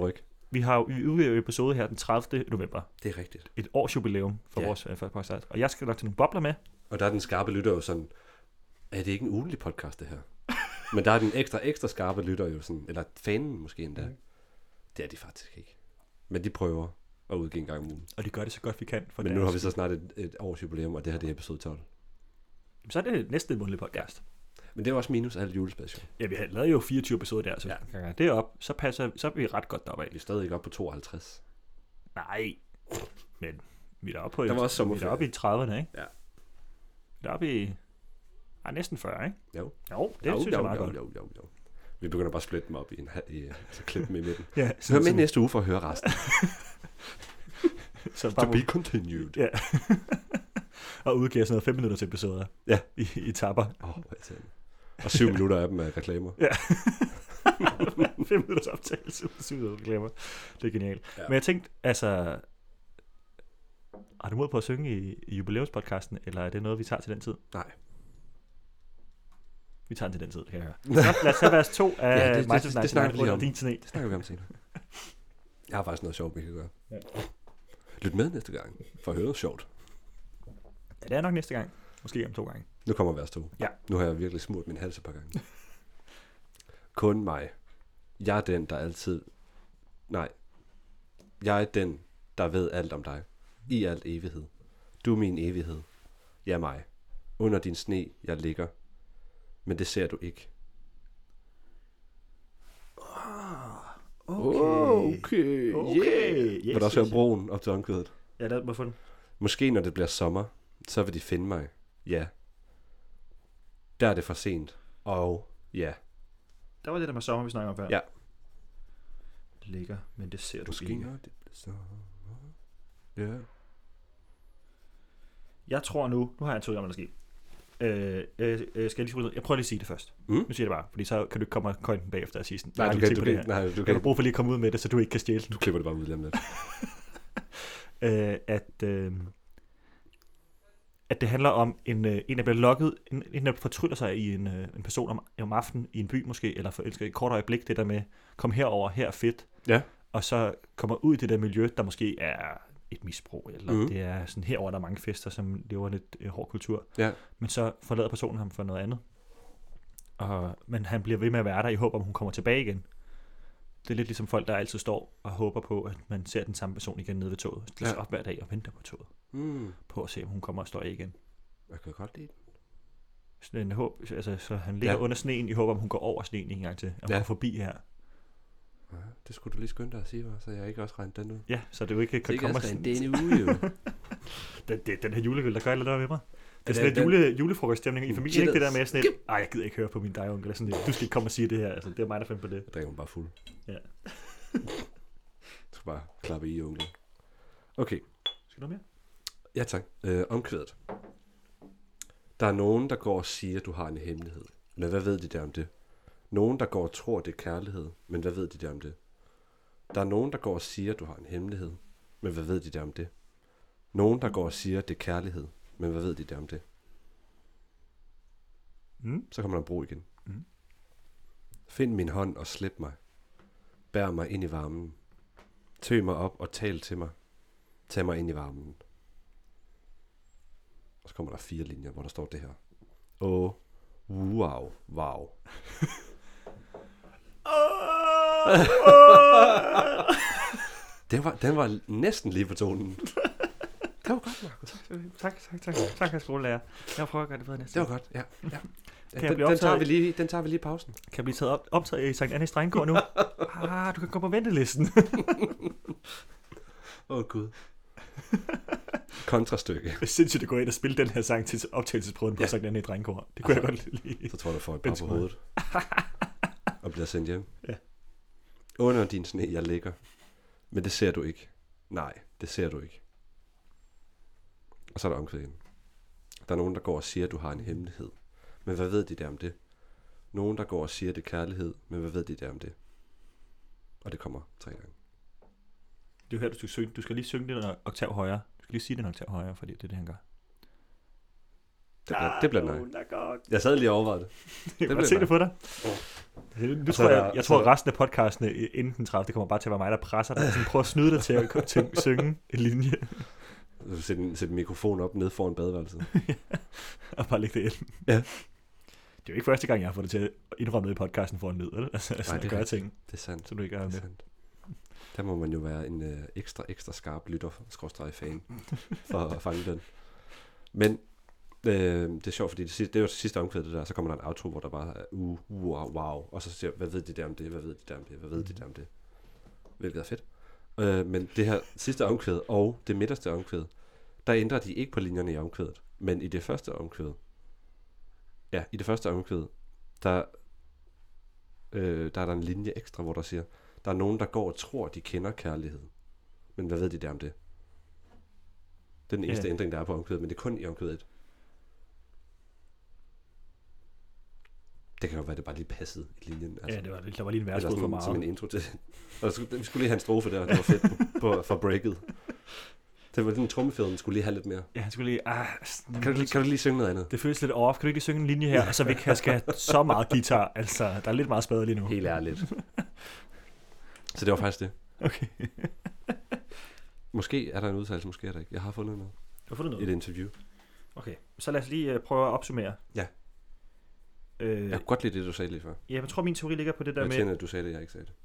Speaker 2: vi har jo vi udgivet en episode her den tredivte november.
Speaker 3: Det er rigtigt.
Speaker 2: Et års jubilæum for
Speaker 3: Ja.
Speaker 2: vores øh, første podcast. Og jeg skal nok til nogle bobler med.
Speaker 3: Og der er den skarpe lytter jo sådan, er det ikke en ugentlig podcast, det her? Men der er den ekstra, ekstra skarpe lytter jo sådan, eller fanen måske endda. Mm. Det er de faktisk ikke. Men de prøver at udgive en gang om ugen.
Speaker 2: Og de gør det så godt vi kan. For
Speaker 3: Men
Speaker 2: deres-
Speaker 3: nu har vi så snart et, et års jubilæum, og det her det er episode tolv.
Speaker 2: Så er det næsten en månedlig podcast.
Speaker 3: Men det er også minus alt julespecial.
Speaker 2: Ja, vi har lavet jo fireogtyve episoder der, så
Speaker 3: Ja.
Speaker 2: ja. det er op, så passer så er vi ret godt deroppe af.
Speaker 3: Vi er stadig ikke oppe på tooghalvtreds.
Speaker 2: Nej, men vi er deroppe på
Speaker 3: Der var også
Speaker 2: vi er
Speaker 3: sommerferie.
Speaker 2: deroppe i trediverne, ikke?
Speaker 3: Ja.
Speaker 2: Vi er deroppe i ej, næsten fyrre, ikke?
Speaker 3: Jo.
Speaker 2: Jo, det
Speaker 3: jo,
Speaker 2: synes
Speaker 3: jo,
Speaker 2: jeg er meget
Speaker 3: jo,
Speaker 2: godt.
Speaker 3: jo, jo, jo. Vi begynder bare at splitte dem op i en halv, i, så klippe dem i midten.
Speaker 2: Ja,
Speaker 3: Så hør med næste uge for at høre resten.
Speaker 2: så
Speaker 3: To
Speaker 2: bare
Speaker 3: be continued.
Speaker 2: Ja. Og udgiver sådan noget fem minutters episoder
Speaker 3: Ja.
Speaker 2: i, i tapper.
Speaker 3: Åh, oh, hvad er Og syv minutter af dem er reklamer.
Speaker 2: Ja. fem minutters optagelse, syv minutter reklamer. Det er genialt.
Speaker 3: Ja.
Speaker 2: Men jeg tænkte, altså, har du mod på at synge i, i jubilæumspodcasten, eller er det noget, vi tager til den tid?
Speaker 3: Nej.
Speaker 2: Vi tager den til den tid, kan jeg høre. Så lad os tage vers to af
Speaker 3: Ja, det-
Speaker 2: ja,
Speaker 3: det-
Speaker 2: Michael
Speaker 3: det- det snakker vi lige
Speaker 2: under
Speaker 3: om.
Speaker 2: din turné.
Speaker 3: Det snakker vi om senere. Jeg har faktisk noget sjovt, vi kan gøre.
Speaker 2: Ja.
Speaker 3: Lyt med næste gang, for at høre noget sjovt.
Speaker 2: Ja, det er nok næste gang. Måske om to gange.
Speaker 3: Nu kommer vers to.
Speaker 2: Ja.
Speaker 3: Nu har jeg virkelig smurt min hals et par gange. Kun mig. Jeg er den, der altid... Nej. Jeg er den, der ved alt om dig. I alt evighed. Du er min evighed. Ja, mig. Under din sne, jeg ligger. Men det ser du ikke.
Speaker 2: Okay.
Speaker 3: okay.
Speaker 2: Okay. Yes,
Speaker 3: Vil du også
Speaker 2: yes,
Speaker 3: høre broen op til omkvædet?
Speaker 2: Ja, lad mig få den.
Speaker 3: Måske når det bliver sommer, så vil de finde mig. Ja. Der er det for sent. Og ja.
Speaker 2: Der var det der med sommer, vi snakkede om før.
Speaker 3: Ja.
Speaker 2: Ligger, men det ser du
Speaker 3: Måske
Speaker 2: ikke.
Speaker 3: når det bliver sommer. Ja.
Speaker 2: Jeg tror nu, nu har jeg en teori om, hvad der sker. Øh, øh, øh, skal jeg, lige, jeg prøver lige at sige det først.
Speaker 3: Mm?
Speaker 2: Nu siger jeg det bare, fordi så kan du ikke komme og køjne den bagefter og sige sådan.
Speaker 3: Nej,
Speaker 2: jeg
Speaker 3: du
Speaker 2: har
Speaker 3: kan,
Speaker 2: lige
Speaker 3: du
Speaker 2: tænkt på
Speaker 3: kan,
Speaker 2: det her.
Speaker 3: nej, du
Speaker 2: Jeg
Speaker 3: kan,
Speaker 2: har brug for lige at komme ud med det, så du ikke kan stjæle den.
Speaker 3: du klipper det bare ud lige om lidt.
Speaker 2: øh, at, øh, at det handler om en, øh, en der bliver lokket, en, en der fortryller sig i en, øh, en person om, om aftenen i en by måske, eller forelsker i et kort øjeblik, det der med, kom herover, her er fedt,
Speaker 3: Ja.
Speaker 2: og så kommer ud i det der miljø, der måske er et misbrug, eller
Speaker 3: Mhm.
Speaker 2: mm. det er sådan herover der er mange fester, som lever en lidt øh, hård kultur,
Speaker 3: Ja.
Speaker 2: men så forlader personen ham for noget andet, og, men han bliver ved med at være der i håb om, hun kommer tilbage igen. Det er lidt ligesom folk, der altid står og håber på, at man ser den samme person igen nede ved toget. De
Speaker 3: Ja.
Speaker 2: står op hver dag og venter på toget,
Speaker 3: Mm.
Speaker 2: på at se, om hun kommer og står af igen.
Speaker 3: Jeg kan godt lide den.
Speaker 2: Sådan en håb, altså, så han ligger
Speaker 3: Ja.
Speaker 2: ja. under sneen i håb om, hun går over sneen en gang til, og
Speaker 3: Ja.
Speaker 2: ja. går forbi her.
Speaker 3: Ja, det skulle du lige skynde dig at sige, hva'? Så jeg ikke også regnet den ud.
Speaker 2: Ja, så det jo ikke kan
Speaker 3: Det
Speaker 2: komme
Speaker 3: også
Speaker 2: sådan,
Speaker 3: denne uge, jo.
Speaker 2: den, den, den her julegøl, der gør lidt der ved mig. Det er
Speaker 3: Ja,
Speaker 2: sådan
Speaker 3: den-
Speaker 2: en jule, julefroststemning i familien, ikke det der med
Speaker 3: Cheers.
Speaker 2: sådan et, ej, jeg gider ikke høre på min dig, onkel, sådan et, du skal ikke komme og sige det her, altså, det er mig, der finder på det.
Speaker 3: Jeg drikker mig bare fuld.
Speaker 2: Ja.
Speaker 3: Du skal bare klappe i, onkel. Okay.
Speaker 2: Skal du noget mere?
Speaker 3: Ja, tak. Øh, omkvædet. Der er nogen, der går og siger, at du har en hemmelighed. Men hvad ved de der om det? Nogen, der går og tror, det er kærlighed. Men hvad ved de der om det? Der er nogen, der går og siger, at du har en hemmelighed. Men hvad ved de der om det? Nogen, der går og siger, at det er kærlighed. Men hvad ved de der om det?
Speaker 2: Mm.
Speaker 3: Så kommer der en bro igen.
Speaker 2: Mm.
Speaker 3: Find min hånd og slip mig. Bær mig ind i varmen. Tøg mig op og tal til mig. Tag mig ind i varmen. Og så kommer der fire linjer, hvor der står det her. Åh, wow, wow. Den var, den var næsten lige på tonen. Det var godt, Markus.
Speaker 2: Tak, tak, tak, tak, tak, skolelærer. Jeg prøver at gøre det bedre næste
Speaker 3: Det var godt, ja. ja.
Speaker 2: jeg
Speaker 3: Den,
Speaker 2: blive
Speaker 3: den,
Speaker 2: optaget
Speaker 3: tager
Speaker 2: i-
Speaker 3: vi lige, den tager vi lige i pausen.
Speaker 2: Kan jeg blive taget op, optaget i Sankt Anne Strengård nu? Ah, du kan gå på ventelisten.
Speaker 3: Åh, oh, Gud. Kontrastykke.
Speaker 2: Det er sindssygt at gå ind og spille den her sang til optagelsesprøven på
Speaker 3: Ja.
Speaker 2: Sankt Anne i Drengård. Det kunne
Speaker 3: Altså,
Speaker 2: jeg godt lide.
Speaker 3: Så tror jeg, du får et par på
Speaker 2: Benchmark.
Speaker 3: hovedet. Og bliver sendt hjem.
Speaker 2: Ja.
Speaker 3: Under din sne, jeg ligger. Men det ser du ikke. Nej, det ser du ikke. Og så er der omkvæden. Der er nogen, der går og siger, at du har en hemmelighed. Men hvad ved de der om det? Nogen, der går og siger, at det er kærlighed. Men hvad ved de der om det? Og det kommer tre gange.
Speaker 2: Det er jo her, du skal synge. Du skal lige synge den en oktav højere. Du skal lige sige den en oktav højere, fordi det er det, han gør.
Speaker 3: bliver, det bliver nok.
Speaker 2: nogen, der går.
Speaker 3: Jeg sad lige og overvejede det.
Speaker 2: Jeg
Speaker 3: bliver
Speaker 2: kan godt se
Speaker 3: nok.
Speaker 2: det på dig. Nu
Speaker 3: så
Speaker 2: tror
Speaker 3: er
Speaker 2: jeg,
Speaker 3: der-
Speaker 2: jeg
Speaker 3: så
Speaker 2: tror,
Speaker 3: er
Speaker 2: at
Speaker 3: der-
Speaker 2: resten af podcasten inden den tredivte, det kommer bare til at være mig, der presser dig. Sådan, prøv at snyde dig til at k- til at synge en linje,
Speaker 3: Sæt en, sæt en mikrofon op nede foran badeværelset.
Speaker 2: og bare lægge det ind.
Speaker 3: Ja.
Speaker 2: Det er jo ikke første gang, jeg har fået det til at indrømme noget i podcasten for en lyd, eller? Altså, altså
Speaker 3: Nej,
Speaker 2: at
Speaker 3: det er
Speaker 2: gøre
Speaker 3: rigtigt.
Speaker 2: ting,
Speaker 3: Det er sandt.
Speaker 2: som du ikke har
Speaker 3: Det
Speaker 2: med.
Speaker 3: er sandt. Der må man jo være en øh, ekstra, ekstra skarp lytter, skråstreg fan, for at fange den. Men øh, det er sjovt, fordi det, sidste, det er jo det sidste omkvæd, det der, så kommer der en outro, hvor der bare er uh, wow, wow, og så siger jeg, hvad ved de der om det, hvad ved de der om det, hvad ved de der om det. Hvilket er fedt. Øh, men det her sidste omkvæd og det midterste omkvæd, der ændrer de ikke på linjerne i omkvædet, men i det første omkvæd, ja, i det første omkvæd, der, øh, der er der en linje ekstra, hvor der siger, der er nogen, der går og tror, de kender kærlighed. Men hvad ved de der om det? Det er den eneste
Speaker 2: Ja.
Speaker 3: ændring, der er på omkvædet, men det er kun i omkvædet. Det kan jo være, det bare lige passede i linjen.
Speaker 2: Ja, det var, der var lige en
Speaker 3: eller
Speaker 2: værskud for
Speaker 3: sådan,
Speaker 2: meget.
Speaker 3: som en intro til. Og der skulle, vi skulle lige have en strofe der, det var fedt på, på, for breaket. Det var den trommefæden, skulle lige have lidt mere.
Speaker 2: Ja, han skulle lige... Ah,
Speaker 3: Kan du, lige- kan du lige synge noget andet?
Speaker 2: det føles lidt off. Kan du ikke lige synge en linje her? Altså, vi kan skal have så meget guitar. Altså, der er lidt meget spade lige nu.
Speaker 3: Helt ærligt. Så det var faktisk det.
Speaker 2: Okay.
Speaker 3: Måske er der en udtalelse, måske er der ikke. Jeg har fundet noget.
Speaker 2: Du har fundet noget?
Speaker 3: Et interview.
Speaker 2: Okay, så lad os lige uh, prøve at opsummere.
Speaker 3: Ja.
Speaker 2: Øh,
Speaker 3: Jeg kunne godt lide det, du sagde lige før.
Speaker 2: ja, jeg tror, min teori ligger på det der
Speaker 3: Jeg
Speaker 2: med...
Speaker 3: tænker, at du sagde det, jeg ikke sagde det.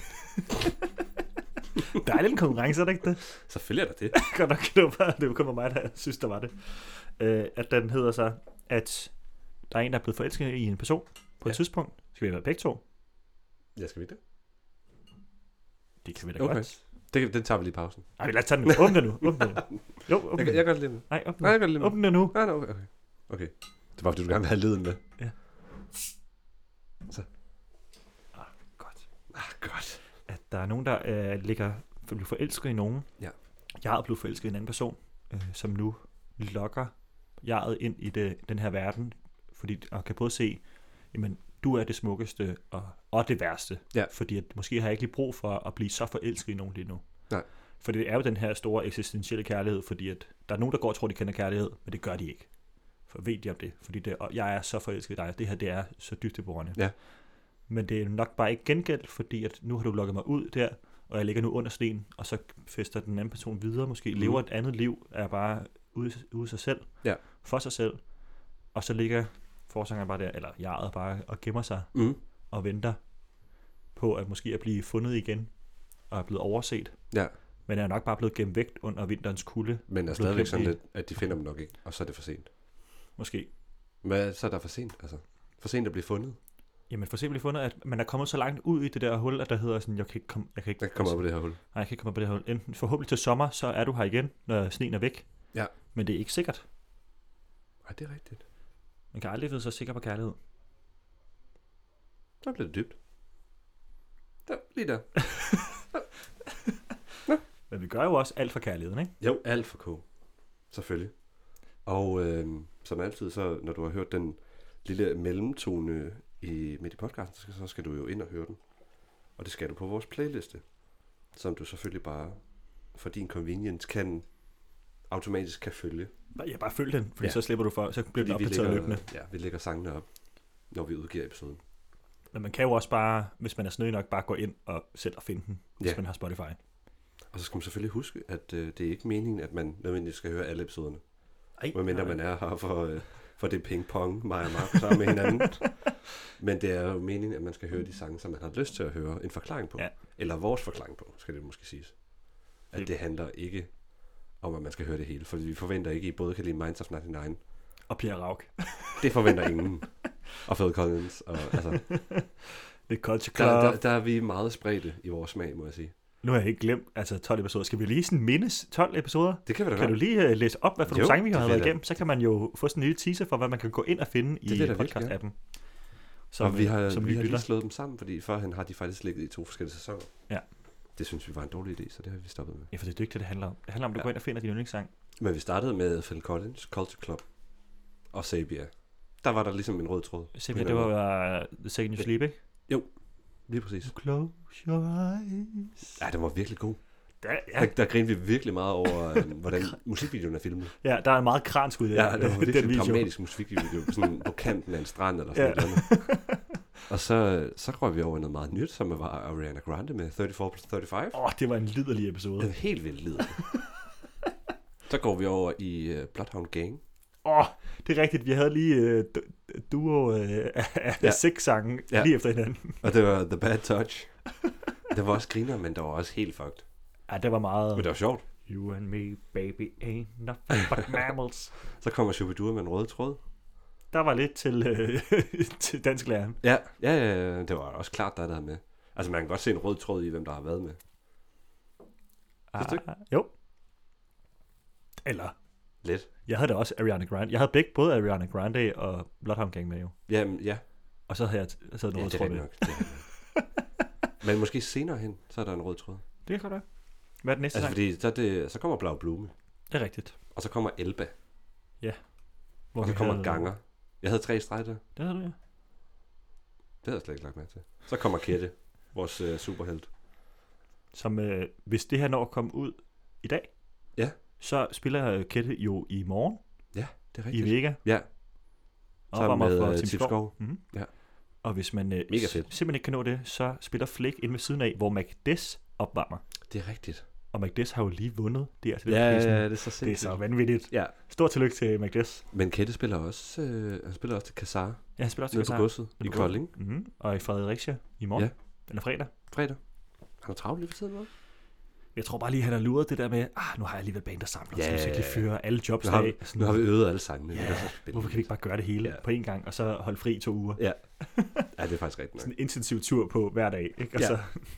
Speaker 2: Der er lidt en konkurrence, er det ikke det?
Speaker 3: Selvfølgelig er der det.
Speaker 2: Godt nok, det var, bare, det var kun mig, der synes, der var det. Øh, at den hedder så, at der er en, der er blevet forelsket i en person på
Speaker 3: Ja.
Speaker 2: et tidspunkt. Skal vi være begge to?
Speaker 3: Ja, skal vi det?
Speaker 2: Det kan vi da
Speaker 3: Okay.
Speaker 2: godt.
Speaker 3: Det, det tager vi lige i pausen.
Speaker 2: Ej, lad os tage den nu. Åbn den nu. Åbn den nu. Jo, åbn
Speaker 3: Jeg,
Speaker 2: den.
Speaker 3: kan- jeg kan godt lide det.
Speaker 2: Nej, åbn
Speaker 3: Nej, jeg
Speaker 2: den.
Speaker 3: kan godt lide det.
Speaker 2: Åbn den nu.
Speaker 3: Nej, nej, okay. okay. Okay. Det var, fordi du gerne vil have lyden med.
Speaker 2: Ja.
Speaker 3: Så.
Speaker 2: Ah, godt.
Speaker 3: Ah, godt.
Speaker 2: At der er nogen, der øh, ligger for blive forelsket i nogen.
Speaker 3: Ja.
Speaker 2: Jeg er blevet forelsket i en anden person, øh, som nu lokker jeget ind i det, den her verden, fordi og kan både se, jamen, du er det smukkeste og, og det værste.
Speaker 3: Ja.
Speaker 2: Fordi at, måske har jeg ikke lige brug for at blive så forelsket i nogen lige nu.
Speaker 3: Nej.
Speaker 2: For det er jo den her store eksistentielle kærlighed, fordi at der er nogen, der går og tror, de kender kærlighed, men det gør de ikke. For ved de om det? Fordi det, og jeg er så forelsket i dig, det her det er så dybdeborende.
Speaker 3: Ja.
Speaker 2: Men det er nok bare ikke gengældt, fordi at nu har du lukket mig ud der, og jeg ligger nu under sten, og så fester den anden person videre, måske
Speaker 3: Mhm.
Speaker 2: mm. lever et andet liv, er bare ude, ude sig selv,
Speaker 3: Ja.
Speaker 2: for sig selv, og så ligger forsangeren bare der, eller jeget bare og gemmer sig
Speaker 3: Mm.
Speaker 2: og venter på at måske at blive fundet igen, og er blevet overset,
Speaker 3: Ja,
Speaker 2: men er nok bare blevet gemt væk under vinterens kulde,
Speaker 3: men er
Speaker 2: Blevet
Speaker 3: stadigvæk
Speaker 2: glemt
Speaker 3: sådan
Speaker 2: i-
Speaker 3: lidt, at de finder dem nok ikke, og så er det for sent.
Speaker 2: måske.
Speaker 3: Hvad så er der for sent, altså? For sent at blive fundet?
Speaker 2: Jamen for eksempel fundet, at man er kommet så langt ud i det der hul, at der hedder sådan, jeg kan ikke komme, jeg kan ikke,
Speaker 3: Jeg kommer op på det her hul.
Speaker 2: nej, jeg kan ikke komme op på det her hul. Enten forhåbentlig til sommer, så er du her igen, når sneen er væk.
Speaker 3: Ja.
Speaker 2: Men det er ikke sikkert.
Speaker 3: Nej, det er rigtigt.
Speaker 2: Man kan aldrig vide sig sikker på kærlighed.
Speaker 3: Så blev det dybt. Der, lige der.
Speaker 2: Men vi gør jo også alt for kærligheden, ikke?
Speaker 3: Jo, alt for K. Selvfølgelig. Og øh, som altid, så når du har hørt den lille mellemtone i, midt i podcasten, så skal, så skal du jo ind og høre den. Og det skal du på vores playliste, som du selvfølgelig bare for din convenience kan automatisk kan følge.
Speaker 2: Ja, bare følg den, fordi
Speaker 3: Ja.
Speaker 2: ja. så slipper du for, så bliver den
Speaker 3: Fordi vi
Speaker 2: opdateret
Speaker 3: lægger,
Speaker 2: løbende.
Speaker 3: ja, vi lægger sangene op, når vi udgiver episoden.
Speaker 2: Men man kan jo også bare, hvis man er snød nok, bare gå ind og selv og finde den, hvis
Speaker 3: Ja.
Speaker 2: man har Spotify.
Speaker 3: Og så skal man selvfølgelig huske, at øh, det er ikke meningen, at man nødvendigvis skal høre alle episoderne.
Speaker 2: Ej,
Speaker 3: Medmindre man er her for, øh, for det ping-pong, mig og Markus sammen med hinanden. Men det er jo meningen, at man skal høre de sange, som man har lyst til at høre en forklaring på.
Speaker 2: Ja.
Speaker 3: Eller vores forklaring på, skal det måske siges. At
Speaker 2: Det-
Speaker 3: det handler ikke om, at man skal høre det hele. For vi forventer ikke, at I både kan lide Minds of nioghalvfems.
Speaker 2: Og Pierre Rauk.
Speaker 3: Det forventer ingen. Og Phil Collins. Og, altså,
Speaker 2: Det er Culture Club.
Speaker 3: der, der, der er vi meget spredte i vores smag, må jeg sige.
Speaker 2: Nu har jeg ikke glemt, altså tolv episoder. Skal vi lige sådan mindes tolv episoder?
Speaker 3: Det kan vi da
Speaker 2: Kan
Speaker 3: godt.
Speaker 2: du lige uh, læse op, hvad for
Speaker 3: Jo,
Speaker 2: nogle sange vi
Speaker 3: det
Speaker 2: har
Speaker 3: vil
Speaker 2: været
Speaker 3: jeg da.
Speaker 2: igennem? Så kan man jo få sådan en lille teaser for, hvad man kan gå ind og finde
Speaker 3: Det
Speaker 2: i
Speaker 3: vil jeg da virkelig
Speaker 2: podcast-appen.
Speaker 3: Som, og vi har,
Speaker 2: som
Speaker 3: vi
Speaker 2: ny
Speaker 3: har lige
Speaker 2: lytter.
Speaker 3: slået dem sammen, fordi førhen har de faktisk ligget i to forskellige sæsoner.
Speaker 2: Ja.
Speaker 3: Det synes vi var en dårlig idé, så det har vi stoppet med.
Speaker 2: Ja, for det er dygtigt, det handler om. Det handler om, at du
Speaker 3: Ja.
Speaker 2: går ind og finder din yndlingssang.
Speaker 3: Men vi startede med Phil Collins, Culture Club og Sabia. Der var der ligesom en rød tråd.
Speaker 2: Se,
Speaker 3: På en
Speaker 2: det
Speaker 3: eller
Speaker 2: var
Speaker 3: anden
Speaker 2: uh, The Second You Sleep, ikke?
Speaker 3: måde. Lige præcis.
Speaker 2: Close your eyes.
Speaker 3: Ja, den var virkelig god.
Speaker 2: Ja,
Speaker 3: Der, der grinte vi virkelig meget over, øh, hvordan musikvideoen er filmet.
Speaker 2: ja, der er en meget kransk ud i
Speaker 3: Ja, det var virkelig
Speaker 2: den
Speaker 3: en
Speaker 2: video.
Speaker 3: dramatisk musikvideo, sådan på kanten af en strand eller sådan
Speaker 2: Ja.
Speaker 3: noget. andet. Og så, så røg vi over i noget meget nyt, som var Ariana Grande med treogfyrre plus treogfyrre.
Speaker 2: Åh, oh, det var en liderlig episode.
Speaker 3: Det er helt vildt liderligt. Så går vi over i uh, Bloodhound Gang.
Speaker 2: Åh, oh, det er rigtigt. Vi havde lige uh, duo uh, af
Speaker 3: Ja.
Speaker 2: ja. seks sange
Speaker 3: Ja.
Speaker 2: lige efter hinanden.
Speaker 3: Og det var The Bad Touch. Det var også griner, men det var også helt fucked.
Speaker 2: Ja, det var meget...
Speaker 3: Men det var sjovt.
Speaker 2: You and me, baby, ain't nothing but mammals.
Speaker 3: Så kommer Shubidua med en rød tråd.
Speaker 2: Der var lidt til, øh, til dansklæreren.
Speaker 3: Ja, ja, ja, det var også klart, der er der med. Altså, man kan godt se en rød tråd i, hvem der har været med. Synes du ikke?
Speaker 2: Ah, jo. Eller,
Speaker 3: Lidt.
Speaker 2: jeg havde da også Ariana Grande. Jeg havde begge, både Ariana Grande og Bloodhound Gang med jo.
Speaker 3: Jamen, ja.
Speaker 2: Og så havde jeg t- taget
Speaker 3: Ja,
Speaker 2: noget
Speaker 3: det
Speaker 2: ja,
Speaker 3: er
Speaker 2: tråd
Speaker 3: rigtigt
Speaker 2: med.
Speaker 3: nok. Det er rigtigt nok. Men måske senere hen, så er der en rød tråd.
Speaker 2: Det kan godt være. Hvad er den næste
Speaker 3: Altså,
Speaker 2: sang?
Speaker 3: fordi så, er det, så kommer Blau Blume.
Speaker 2: Det er rigtigt.
Speaker 3: Og så kommer Elba.
Speaker 2: Hvor
Speaker 3: Og så
Speaker 2: vi
Speaker 3: kommer
Speaker 2: havde-
Speaker 3: Ganger. Jeg havde tre streger der.
Speaker 2: Det havde du, ja.
Speaker 3: Det havde jeg slet ikke lagt mærke til. Så kommer Kette, vores øh, superhelt.
Speaker 2: Som, øh, hvis det her når at komme ud i dag,
Speaker 3: Ja.
Speaker 2: så spiller øh, Kette jo i morgen
Speaker 3: Ja, det er
Speaker 2: i
Speaker 3: rigtigt.
Speaker 2: Vega.
Speaker 3: Ja, sammen
Speaker 2: Opvarmer
Speaker 3: med
Speaker 2: for
Speaker 3: øh,
Speaker 2: Tim
Speaker 3: Tim
Speaker 2: Skov.
Speaker 3: Skov.
Speaker 2: Mm-hmm.
Speaker 3: Ja.
Speaker 2: Og hvis man øh,
Speaker 3: Mega
Speaker 2: s-
Speaker 3: fedt.
Speaker 2: simpelthen ikke kan nå det, så spiller Flick inde ved siden af, hvor McDess opvarmer.
Speaker 3: Det er rigtigt.
Speaker 2: Og McDess har jo lige vundet det her.
Speaker 3: Ja,
Speaker 2: prisen.
Speaker 3: ja, det er så
Speaker 2: Det er
Speaker 3: sindssygt.
Speaker 2: så vanvittigt.
Speaker 3: Ja,
Speaker 2: Stort tillykke til McDess.
Speaker 3: men Kette spiller også, øh, han spiller også til Kassar,
Speaker 2: Ja, han spiller også
Speaker 3: nede
Speaker 2: til
Speaker 3: på
Speaker 2: Kassar.
Speaker 3: godset i Kolding,
Speaker 2: Mm-hmm. Og i Fredericia i morgen.
Speaker 3: Ja.
Speaker 2: Eller fredag.
Speaker 3: fredag. Han er travlt lige for tiden, hva'?
Speaker 2: Jeg tror bare lige, han har luret det der med, ah, nu har jeg alligevel band, der samler.
Speaker 3: Ja.
Speaker 2: Så skal vi lige fyre alle jobs
Speaker 3: Nu har,
Speaker 2: af.
Speaker 3: vi,
Speaker 2: Sådan,
Speaker 3: nu har vi øvet alle sangene.
Speaker 2: Ja,
Speaker 3: nu kan vi så spille
Speaker 2: hvorfor kan vi ikke bare gøre det hele
Speaker 3: Ja.
Speaker 2: på en gang, og så holde fri i to uger?
Speaker 3: Ja. Ja, det er faktisk rigtigt nok.
Speaker 2: Sådan en intensiv tur på hver dag. Ikke? Og
Speaker 3: Ja.
Speaker 2: så,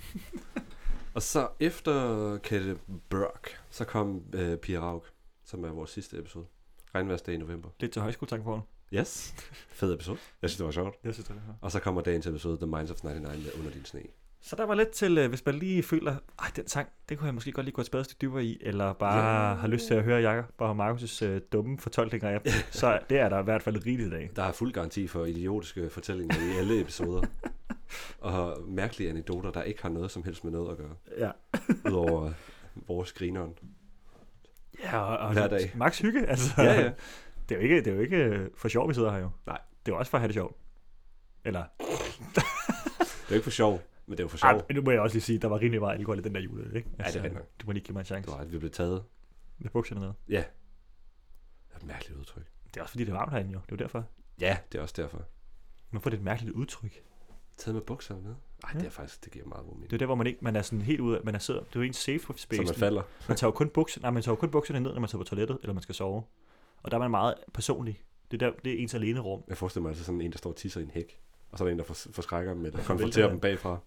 Speaker 3: Og så efter Kette Børk, så kom øh, Pia Rauk, som er vores sidste episode. Regnværsdag i november.
Speaker 2: lidt til højskoletanken på
Speaker 3: Yes. Fed episode. Jeg synes, det var sjovt.
Speaker 2: Jeg synes, det er.
Speaker 3: Og så kommer dagens episode, The Minds of nioghalvfems med Under din sne.
Speaker 2: Så der var lidt til, øh, hvis man lige føler, ej, den sang, det kunne jeg måske godt lige gå et spadestik dybere i, eller bare
Speaker 3: Ja.
Speaker 2: har lyst til at høre Jakob og Markus' øh, dumme fortolkninger af dem, så det er der i hvert fald rigeligt af.
Speaker 3: Der er fuld garanti for idiotiske fortællinger i alle episoder. Og mærkelige anekdoter, der ikke har noget som helst med noget at gøre.
Speaker 2: Ja,
Speaker 3: Udover vores grineren.
Speaker 2: ja og, og
Speaker 3: Hver dag.
Speaker 2: Max hygge, altså.
Speaker 3: Ja, ja.
Speaker 2: Det er jo ikke, det er jo ikke øh, for sjov, vi sidder her jo.
Speaker 3: Nej.
Speaker 2: Det er jo også for at have det sjovt. Eller,
Speaker 3: Det er jo ikke for sjov, men det er jo for sjov.
Speaker 2: ej, nu må jeg også lige sige, der var rimelig meget alkohol i den der jule, ikke?
Speaker 3: det er rigtigt nok.
Speaker 2: Du må lige give mig en chance.
Speaker 3: Det var, at vi blev taget.
Speaker 2: Med bukserne ned.
Speaker 3: Ja. Det er et mærkeligt udtryk.
Speaker 2: Det er også fordi, det er varmt herinde jo. Det er jo derfor.
Speaker 3: Ja, det er også derfor.
Speaker 2: Man får det et mærkeligt udtryk.
Speaker 3: Taget med bukserne med? Ej,
Speaker 2: Ja.
Speaker 3: det er faktisk, det giver meget god mening.
Speaker 2: Det er der, hvor man ikke, man er sådan helt ude af, man er sidder, det er jo en safe space.
Speaker 3: Så man falder.
Speaker 2: Man tager jo kun bukserne, nej, man tager jo kun bukserne ned, når man tager på toilettet, eller man skal sove. Og der er man meget personlig. Det, der, det er ens alene rum.
Speaker 3: Jeg forestiller mig altså sådan en, der står og tisser i en hæk. Og så er der en, der fors- forskrækker dem, eller
Speaker 2: vælter
Speaker 3: konfronterer
Speaker 2: den.
Speaker 3: dem bagfra.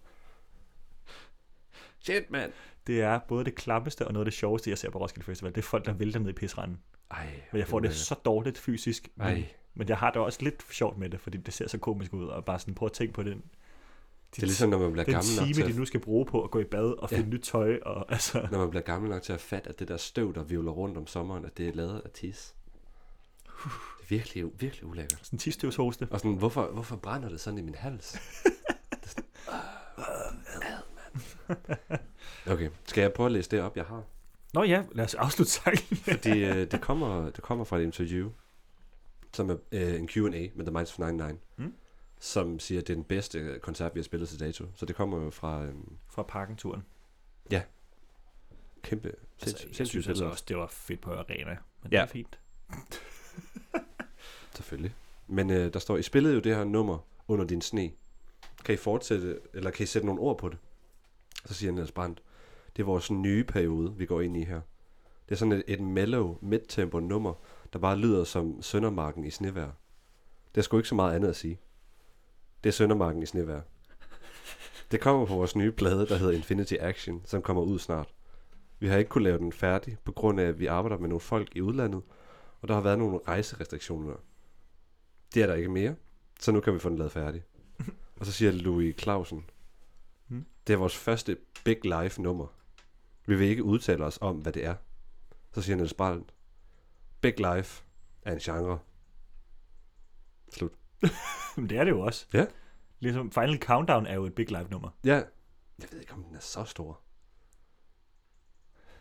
Speaker 3: Shit, mand!
Speaker 2: Det er både det klammeste og noget af det sjoveste, jeg ser på Roskilde Festival. Det er folk, der vælter ned i pisranden.
Speaker 3: Ej,
Speaker 2: Men jeg får det så dårligt fysisk. Men,
Speaker 3: Ej.
Speaker 2: men jeg har det også lidt sjovt med det, fordi det ser så komisk ud. Og bare sådan, prøv at tænke på den.
Speaker 3: Det er ligesom, når man bliver
Speaker 2: den
Speaker 3: gammel nok
Speaker 2: time,
Speaker 3: til
Speaker 2: de
Speaker 3: at,
Speaker 2: nu skal bruge på at gå i bad og
Speaker 3: Ja.
Speaker 2: finde nyt tøj. Og, altså,
Speaker 3: når man bliver gammel nok til at fatte, at det der støv, der vivler rundt om sommeren, at det er lavet af tis. Det er virkelig, virkelig ulækkert.
Speaker 2: sådan en tisstøvshoste.
Speaker 3: Og sådan, hvorfor, hvorfor brænder det sådan i min hals? Det er sådan, øh, ad, mand. Okay, skal jeg prøve at læse det op, jeg har?
Speaker 2: Nå ja, lad os afslutte sangen.
Speaker 3: Fordi øh, det, kommer, det kommer fra et interview, som er øh, en Q and A med The Minds of nioghalvfems,
Speaker 2: Mm.
Speaker 3: som siger, at det er den bedste koncert, vi har spillet til dato. Så det kommer jo fra øh,
Speaker 2: Fra Parken-turen.
Speaker 3: kæmpe,
Speaker 2: Altså,
Speaker 3: sindssygt,
Speaker 2: jeg
Speaker 3: sindssygt
Speaker 2: synes altså
Speaker 3: billeder.
Speaker 2: også, det var fedt på arena. Men
Speaker 3: Ja.
Speaker 2: det er fint.
Speaker 3: Selvfølgelig. Men øh, der står, I spillede jo det her nummer Under din sne. Kan I fortsætte, eller kan I sætte nogle ord på det? Så siger Niels Brandt, det er vores nye periode, vi går ind i her. Det er sådan et, et mellow, midtempo nummer, der bare lyder som Søndermarken i snevejr. Det er sgu ikke så meget andet at sige. Det er Søndermarken i snevejr. Det kommer på vores nye plade, der hedder Infinity Action, som kommer ud snart. Vi har ikke kunnet lave den færdig, på grund af, at vi arbejder med nogle folk i udlandet, og der har været nogle rejserestriktioner. Det er der ikke mere, så nu kan vi få den lavet færdig. Og så siger Louis Clausen,
Speaker 2: Hmm.
Speaker 3: det er vores første big live nummer. Vi vil ikke udtale os om, hvad det er. Så siger Niels Brandt, big live er en genre. Slut.
Speaker 2: Men det er det jo også.
Speaker 3: Ja.
Speaker 2: Ligesom Final Countdown er jo et big live nummer.
Speaker 3: Ja, jeg ved ikke, om den er så stor.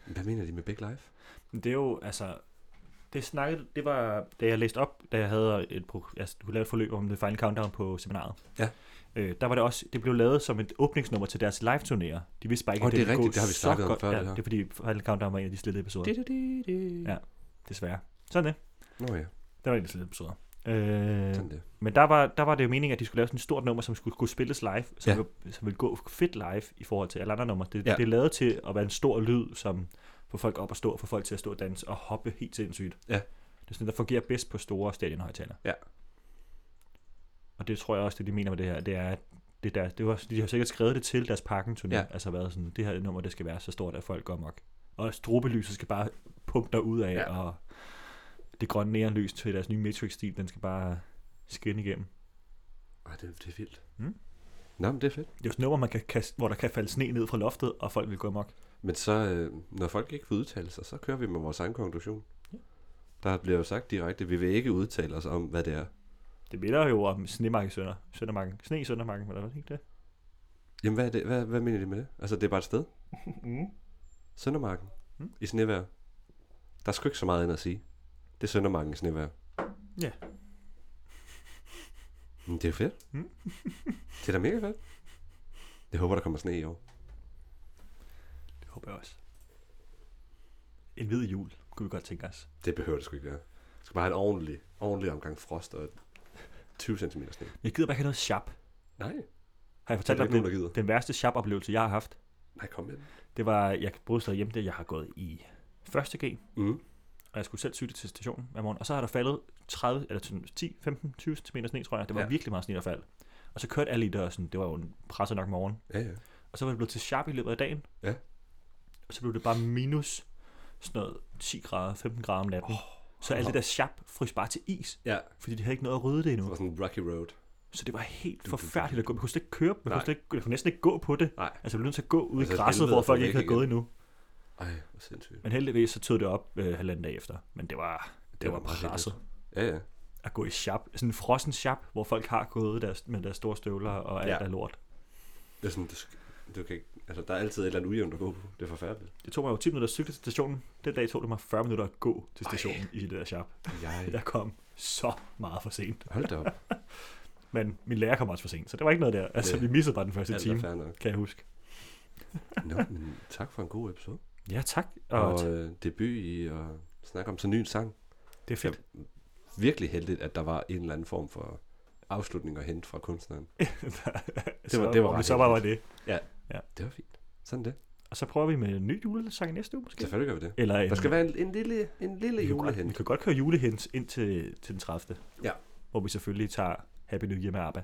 Speaker 3: Hvad mener de med Big Life?
Speaker 2: Men det er jo, altså... Det snakkede, det var, da jeg læste op, da jeg havde et, jeg skulle lave et forløb om The Final Countdown på seminaret.
Speaker 3: Ja.
Speaker 2: Øh, der var det også, det blev lavet som et åbningsnummer til deres live-turnéer. De vidste bare ikke,
Speaker 3: oh,
Speaker 2: at det,
Speaker 3: det er
Speaker 2: ville
Speaker 3: rigtigt,
Speaker 2: gå
Speaker 3: det har vi
Speaker 2: så
Speaker 3: snakket om
Speaker 2: godt.
Speaker 3: før.
Speaker 2: Ja,
Speaker 3: det, her.
Speaker 2: det er fordi Final Countdown var en af de slettede episoder.
Speaker 3: Di, di, di.
Speaker 2: Ja, desværre. Sådan det.
Speaker 3: Nå ja.
Speaker 2: Det var en af de slettede episoder. Øh,
Speaker 3: Sådan det.
Speaker 2: men der var, der var det jo meningen, at de skulle lave sådan et stort nummer, som skulle, skulle spilles live, som,
Speaker 3: Ja.
Speaker 2: ville, som ville gå fedt live i forhold til alle andre numre. Det,
Speaker 3: Ja.
Speaker 2: det er lavet til at være en stor lyd, som får folk op at stå, får folk til at stå og danse og hoppe helt sindssygt.
Speaker 3: Ja.
Speaker 2: Det er sådan, der fungerer bedst på store stadionhøjtaler.
Speaker 3: Ja.
Speaker 2: Og det tror jeg også, det de mener med det her, det er, at det der, det var, de har sikkert skrevet det til deres parkenturné,
Speaker 3: Ja.
Speaker 2: altså været sådan, det her nummer, det skal være så stort, at folk går amok. Og strobelyset skal bare pumpe der ud af,
Speaker 3: Ja.
Speaker 2: og det grønne neonlys til deres nye Matrix-stil, den skal bare skinne igennem.
Speaker 3: Ej, det, det er vildt.
Speaker 2: Mm.
Speaker 3: Nå, men det er fedt.
Speaker 2: Det er jo sådan noget, man kan kaste, hvor der kan falde sne ned fra loftet, og folk vil gå amok.
Speaker 3: Men så, øh, når folk ikke vil udtale sig, så kører vi med vores egen konklusion.
Speaker 2: Ja.
Speaker 3: Der bliver jo sagt direkte, vi vil ikke udtale os om, hvad det er.
Speaker 2: Det minder jo om snemark i Sønder, Søndermarken. Sne i Søndermarken, eller hvad ikke det?
Speaker 3: Jamen, hvad, er det? Hvad, hvad mener de med det? Altså, det er bare et sted.
Speaker 2: Mm.
Speaker 3: Søndermarken.
Speaker 2: Mm.
Speaker 3: I snevejr. Der er sgu ikke så meget andet at sige. Det er Søndermarken i snevejr.
Speaker 2: Ja.
Speaker 3: Men det er jo fedt.
Speaker 2: Mm.
Speaker 3: Det er da mega fedt. Jeg håber, der kommer sne i år.
Speaker 2: Det håber jeg også. En hvid jul, kunne vi godt tænke os.
Speaker 3: Det behøver det sgu ikke være. Det skal bare have en ordentlig, ordentlig omgang frost og tyve centimeter sne.
Speaker 2: Jeg gider bare ikke have noget sharp.
Speaker 3: Nej,
Speaker 2: Har jeg
Speaker 3: det
Speaker 2: fortalt
Speaker 3: er
Speaker 2: dig
Speaker 3: der ikke
Speaker 2: den,
Speaker 3: nogen, der gider.
Speaker 2: den værste sharp-oplevelse, jeg har haft?
Speaker 3: Nej, kom med den.
Speaker 2: Det var, jeg boede stadig hjemme, der jeg har gået i første G,
Speaker 3: Mm.
Speaker 2: og jeg skulle selv cykle til stationen hver morgen. Og så har der faldet tredive, eller sådan ti, femten, tyve centimeter sne, tror jeg. Det var
Speaker 3: Ja.
Speaker 2: ja. virkelig meget sne, der faldt. Og så kørte alle i der, sådan, det var jo en presset nok morgen.
Speaker 3: Ja, ja.
Speaker 2: Og så var det blevet til sharp i løbet af dagen.
Speaker 3: Ja.
Speaker 2: Og så blev det bare minus sådan noget ti grader, femten grader om natten. Oh, så alt
Speaker 3: oh.
Speaker 2: det der sharp frøs bare til is,
Speaker 3: Ja,
Speaker 2: fordi de havde ikke noget at rydde det endnu.
Speaker 3: det var sådan en rocky road.
Speaker 2: Så det var helt
Speaker 3: Du- du-
Speaker 2: forfærdeligt at gå. Man kunne slet ikke køre, man
Speaker 3: Nej.
Speaker 2: kunne, slet ikke, jeg kunne næsten ikke gå på det.
Speaker 3: Nej.
Speaker 2: Altså, jeg blev nødt til at gå ud
Speaker 3: Altså,
Speaker 2: i græsset,
Speaker 3: helvede
Speaker 2: hvor
Speaker 3: at
Speaker 2: folk
Speaker 3: få
Speaker 2: ikke
Speaker 3: væk
Speaker 2: havde gået
Speaker 3: igen.
Speaker 2: endnu.
Speaker 3: Ej, hvor sindssygt.
Speaker 2: Men heldigvis så tog det op øh, halvanden dag efter. Men det var, det, det var,
Speaker 3: var meget
Speaker 2: presset
Speaker 3: Ja, ja.
Speaker 2: at gå i sharp. Sådan en frossen sharp, hvor folk har gået deres, med deres store støvler og alt
Speaker 3: Ja.
Speaker 2: ja. er lort.
Speaker 3: Det er sådan, du, sk- du kan ikke, altså, der er altid et eller andet ujævnt at gå på. Det er forfærdeligt.
Speaker 2: Det tog mig jo ti minutter at cykle til stationen. Den dag tog det mig fyrre minutter at gå til stationen Ej. i det der sharp.
Speaker 3: Jeg...
Speaker 2: Jeg kom så meget for sent.
Speaker 3: Hold da op.
Speaker 2: Men min lærer kom også for sent, så det var ikke noget der. Altså,
Speaker 3: Det-
Speaker 2: vi missede bare den første
Speaker 3: Alt er
Speaker 2: time,
Speaker 3: fair nok.
Speaker 2: kan jeg huske.
Speaker 3: Nå, men tak for en god episode.
Speaker 2: Ja, tak. Og,
Speaker 3: Og
Speaker 2: og
Speaker 3: øh, debut i at snakke om sådan en ny sang.
Speaker 2: det er fedt.
Speaker 3: Virkelig heldigt, at der var en eller anden form for afslutning at hente fra kunstneren.
Speaker 2: det
Speaker 3: var- det var ret
Speaker 2: så var det.
Speaker 3: Det var fint. Sådan det.
Speaker 2: Og så prøver vi med en ny julesang i næste uge, måske?
Speaker 3: Selvfølgelig gør vi det.
Speaker 2: Eller en,
Speaker 3: Der skal være en, en lille, en lille
Speaker 2: vi kan godt, vi
Speaker 3: julehent.
Speaker 2: kan godt køre julehens ind til, til den tredivte
Speaker 3: Ja.
Speaker 2: Hvor vi selvfølgelig tager Happy New Year med ABBA.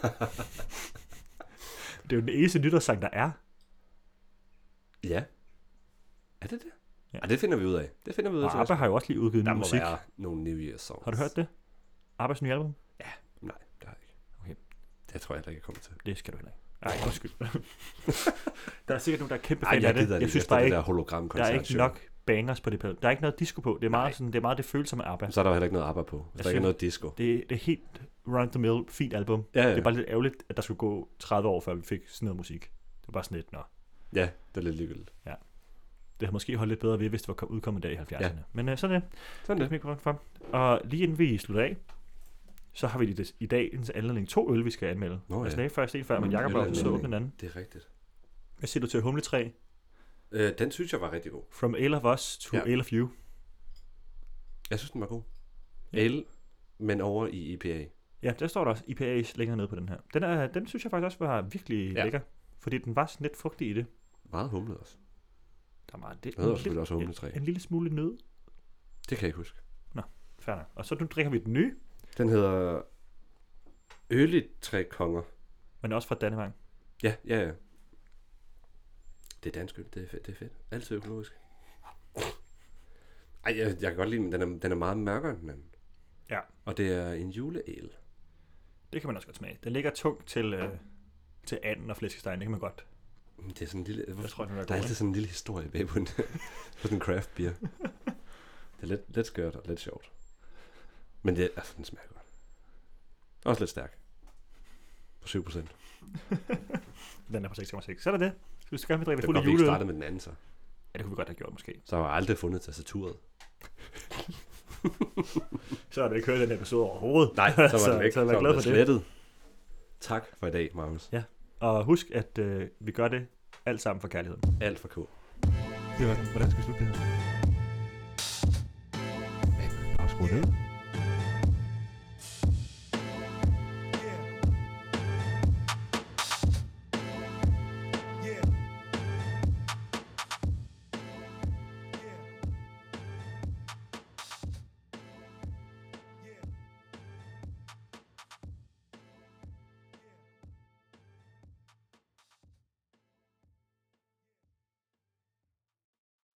Speaker 2: Det er jo den eneste nytårssang, der er.
Speaker 3: Ja. Er det det?
Speaker 2: Ja.
Speaker 3: Ja. Ej, det finder vi ud af. Det finder vi ud af.
Speaker 2: Og ABBA har jo også lige udgivet ny
Speaker 3: Der må
Speaker 2: musik.
Speaker 3: være nogle New Year's songs.
Speaker 2: Har du hørt det? ABBAs nye album?
Speaker 3: Nej, det har jeg ikke.
Speaker 2: Okay.
Speaker 3: Det tror jeg heller ikke, jeg kommer til.
Speaker 2: Det skal du heller ikke. Ej, undskyld. der er sikkert nogen, der er kæmpe
Speaker 3: Ej,
Speaker 2: fan
Speaker 3: jeg
Speaker 2: af det.
Speaker 3: gider
Speaker 2: Jeg
Speaker 3: ikke
Speaker 2: synes
Speaker 3: efter
Speaker 2: bare
Speaker 3: det
Speaker 2: ikke,
Speaker 3: der hologram-koncert.
Speaker 2: der er ikke nok bangers på det. Der er ikke noget disco på. Det er meget,
Speaker 3: Nej.
Speaker 2: sådan, det, er meget det følsomme ABBA.
Speaker 3: Så er der jo heller ikke noget ABBA på. Hvis
Speaker 2: Jeg
Speaker 3: der ikke er
Speaker 2: synes-
Speaker 3: noget disco.
Speaker 2: Det, det er helt run the mill, fint album.
Speaker 3: Ja, ja.
Speaker 2: Det er bare lidt ærgerligt, at der skulle gå tredive år, før vi fik sådan noget musik. Det var bare sådan lidt, nå.
Speaker 3: Ja, det er lidt ligegyldigt.
Speaker 2: Det har måske holdt lidt bedre ved, hvis det var kom- udkommet der i halvfjerdserne. Ja. Men uh, sådan er det.
Speaker 3: Sådan
Speaker 2: Det
Speaker 3: det.
Speaker 2: er ikke for. Og lige inden vi slutter af, så har vi i, det, i dag en anledning to øl, vi skal anmelde.
Speaker 3: Nå, ja.
Speaker 2: Jeg snakkede først en før, men
Speaker 3: Mm,
Speaker 2: Jacob
Speaker 3: øl
Speaker 2: har
Speaker 3: er
Speaker 2: også
Speaker 3: en
Speaker 2: åbnet den anden.
Speaker 3: Det er rigtigt.
Speaker 2: Hvad siger du til Humletræ?
Speaker 3: Øh, den synes jeg var rigtig god.
Speaker 2: From Ale of Us to
Speaker 3: Ja.
Speaker 2: Ale of You.
Speaker 3: Jeg synes, den var god. Ale, men over i I P A.
Speaker 2: Ja, der står der også I P A længere nede på den her. Den, er, den synes jeg faktisk også var virkelig
Speaker 3: Ja.
Speaker 2: ja. lækker. Fordi den var sådan lidt frugtig i det.
Speaker 3: Meget humlet også.
Speaker 2: Der var det,
Speaker 3: Der hedder selvfølgelig også humletræ.
Speaker 2: en, en lille smule nød.
Speaker 3: Det kan jeg ikke huske.
Speaker 2: Fair nok. Og så nu drikker vi den nye,
Speaker 3: Den hedder Øligt Tre Konger.
Speaker 2: men også fra Danmark.
Speaker 3: Ja, ja, ja. Det er dansk øl. Det er fedt. Det er fedt. Altid økologisk. Ej, jeg, jeg kan godt lide den. Den er, den er meget mørkere end den anden.
Speaker 2: Ja.
Speaker 3: Og det er en juleæl.
Speaker 2: Det kan man også godt smage. Den ligger tungt til, øh, til anden og flæskestegen. Det kan man godt.
Speaker 3: Det er sådan en lille... Hvorfor,
Speaker 2: Jeg tror, den er
Speaker 3: der er
Speaker 2: god,
Speaker 3: altid sådan en lille historie bag på, en, på sådan en craft beer. Det er lidt, lidt skørt og lidt sjovt. Men det, altså, den smager godt. Også lidt stærk. På syv procent.
Speaker 2: Den er på seks komma seks. Så er det det. Så hvis du gerne vil drikke
Speaker 3: Det
Speaker 2: det
Speaker 3: er
Speaker 2: fulde
Speaker 3: godt, vi ikke
Speaker 2: juleøl.
Speaker 3: startede med den anden så.
Speaker 2: Ja, det kunne vi godt have gjort måske.
Speaker 3: Så har jeg aldrig fundet tastaturet.
Speaker 2: Så har du ikke hørt den episode overhovedet.
Speaker 3: Nej, så var
Speaker 2: Så-
Speaker 3: det væk.
Speaker 2: så vær
Speaker 3: var
Speaker 2: glad
Speaker 3: det
Speaker 2: for det.
Speaker 3: slettet. Tak for i dag, Magnus.
Speaker 2: Og husk, at øh, vi gør det alt sammen for kærligheden.
Speaker 3: Alt for K.
Speaker 2: Det var den. Hvordan skal vi slutte det her?
Speaker 4: Bare skru ned.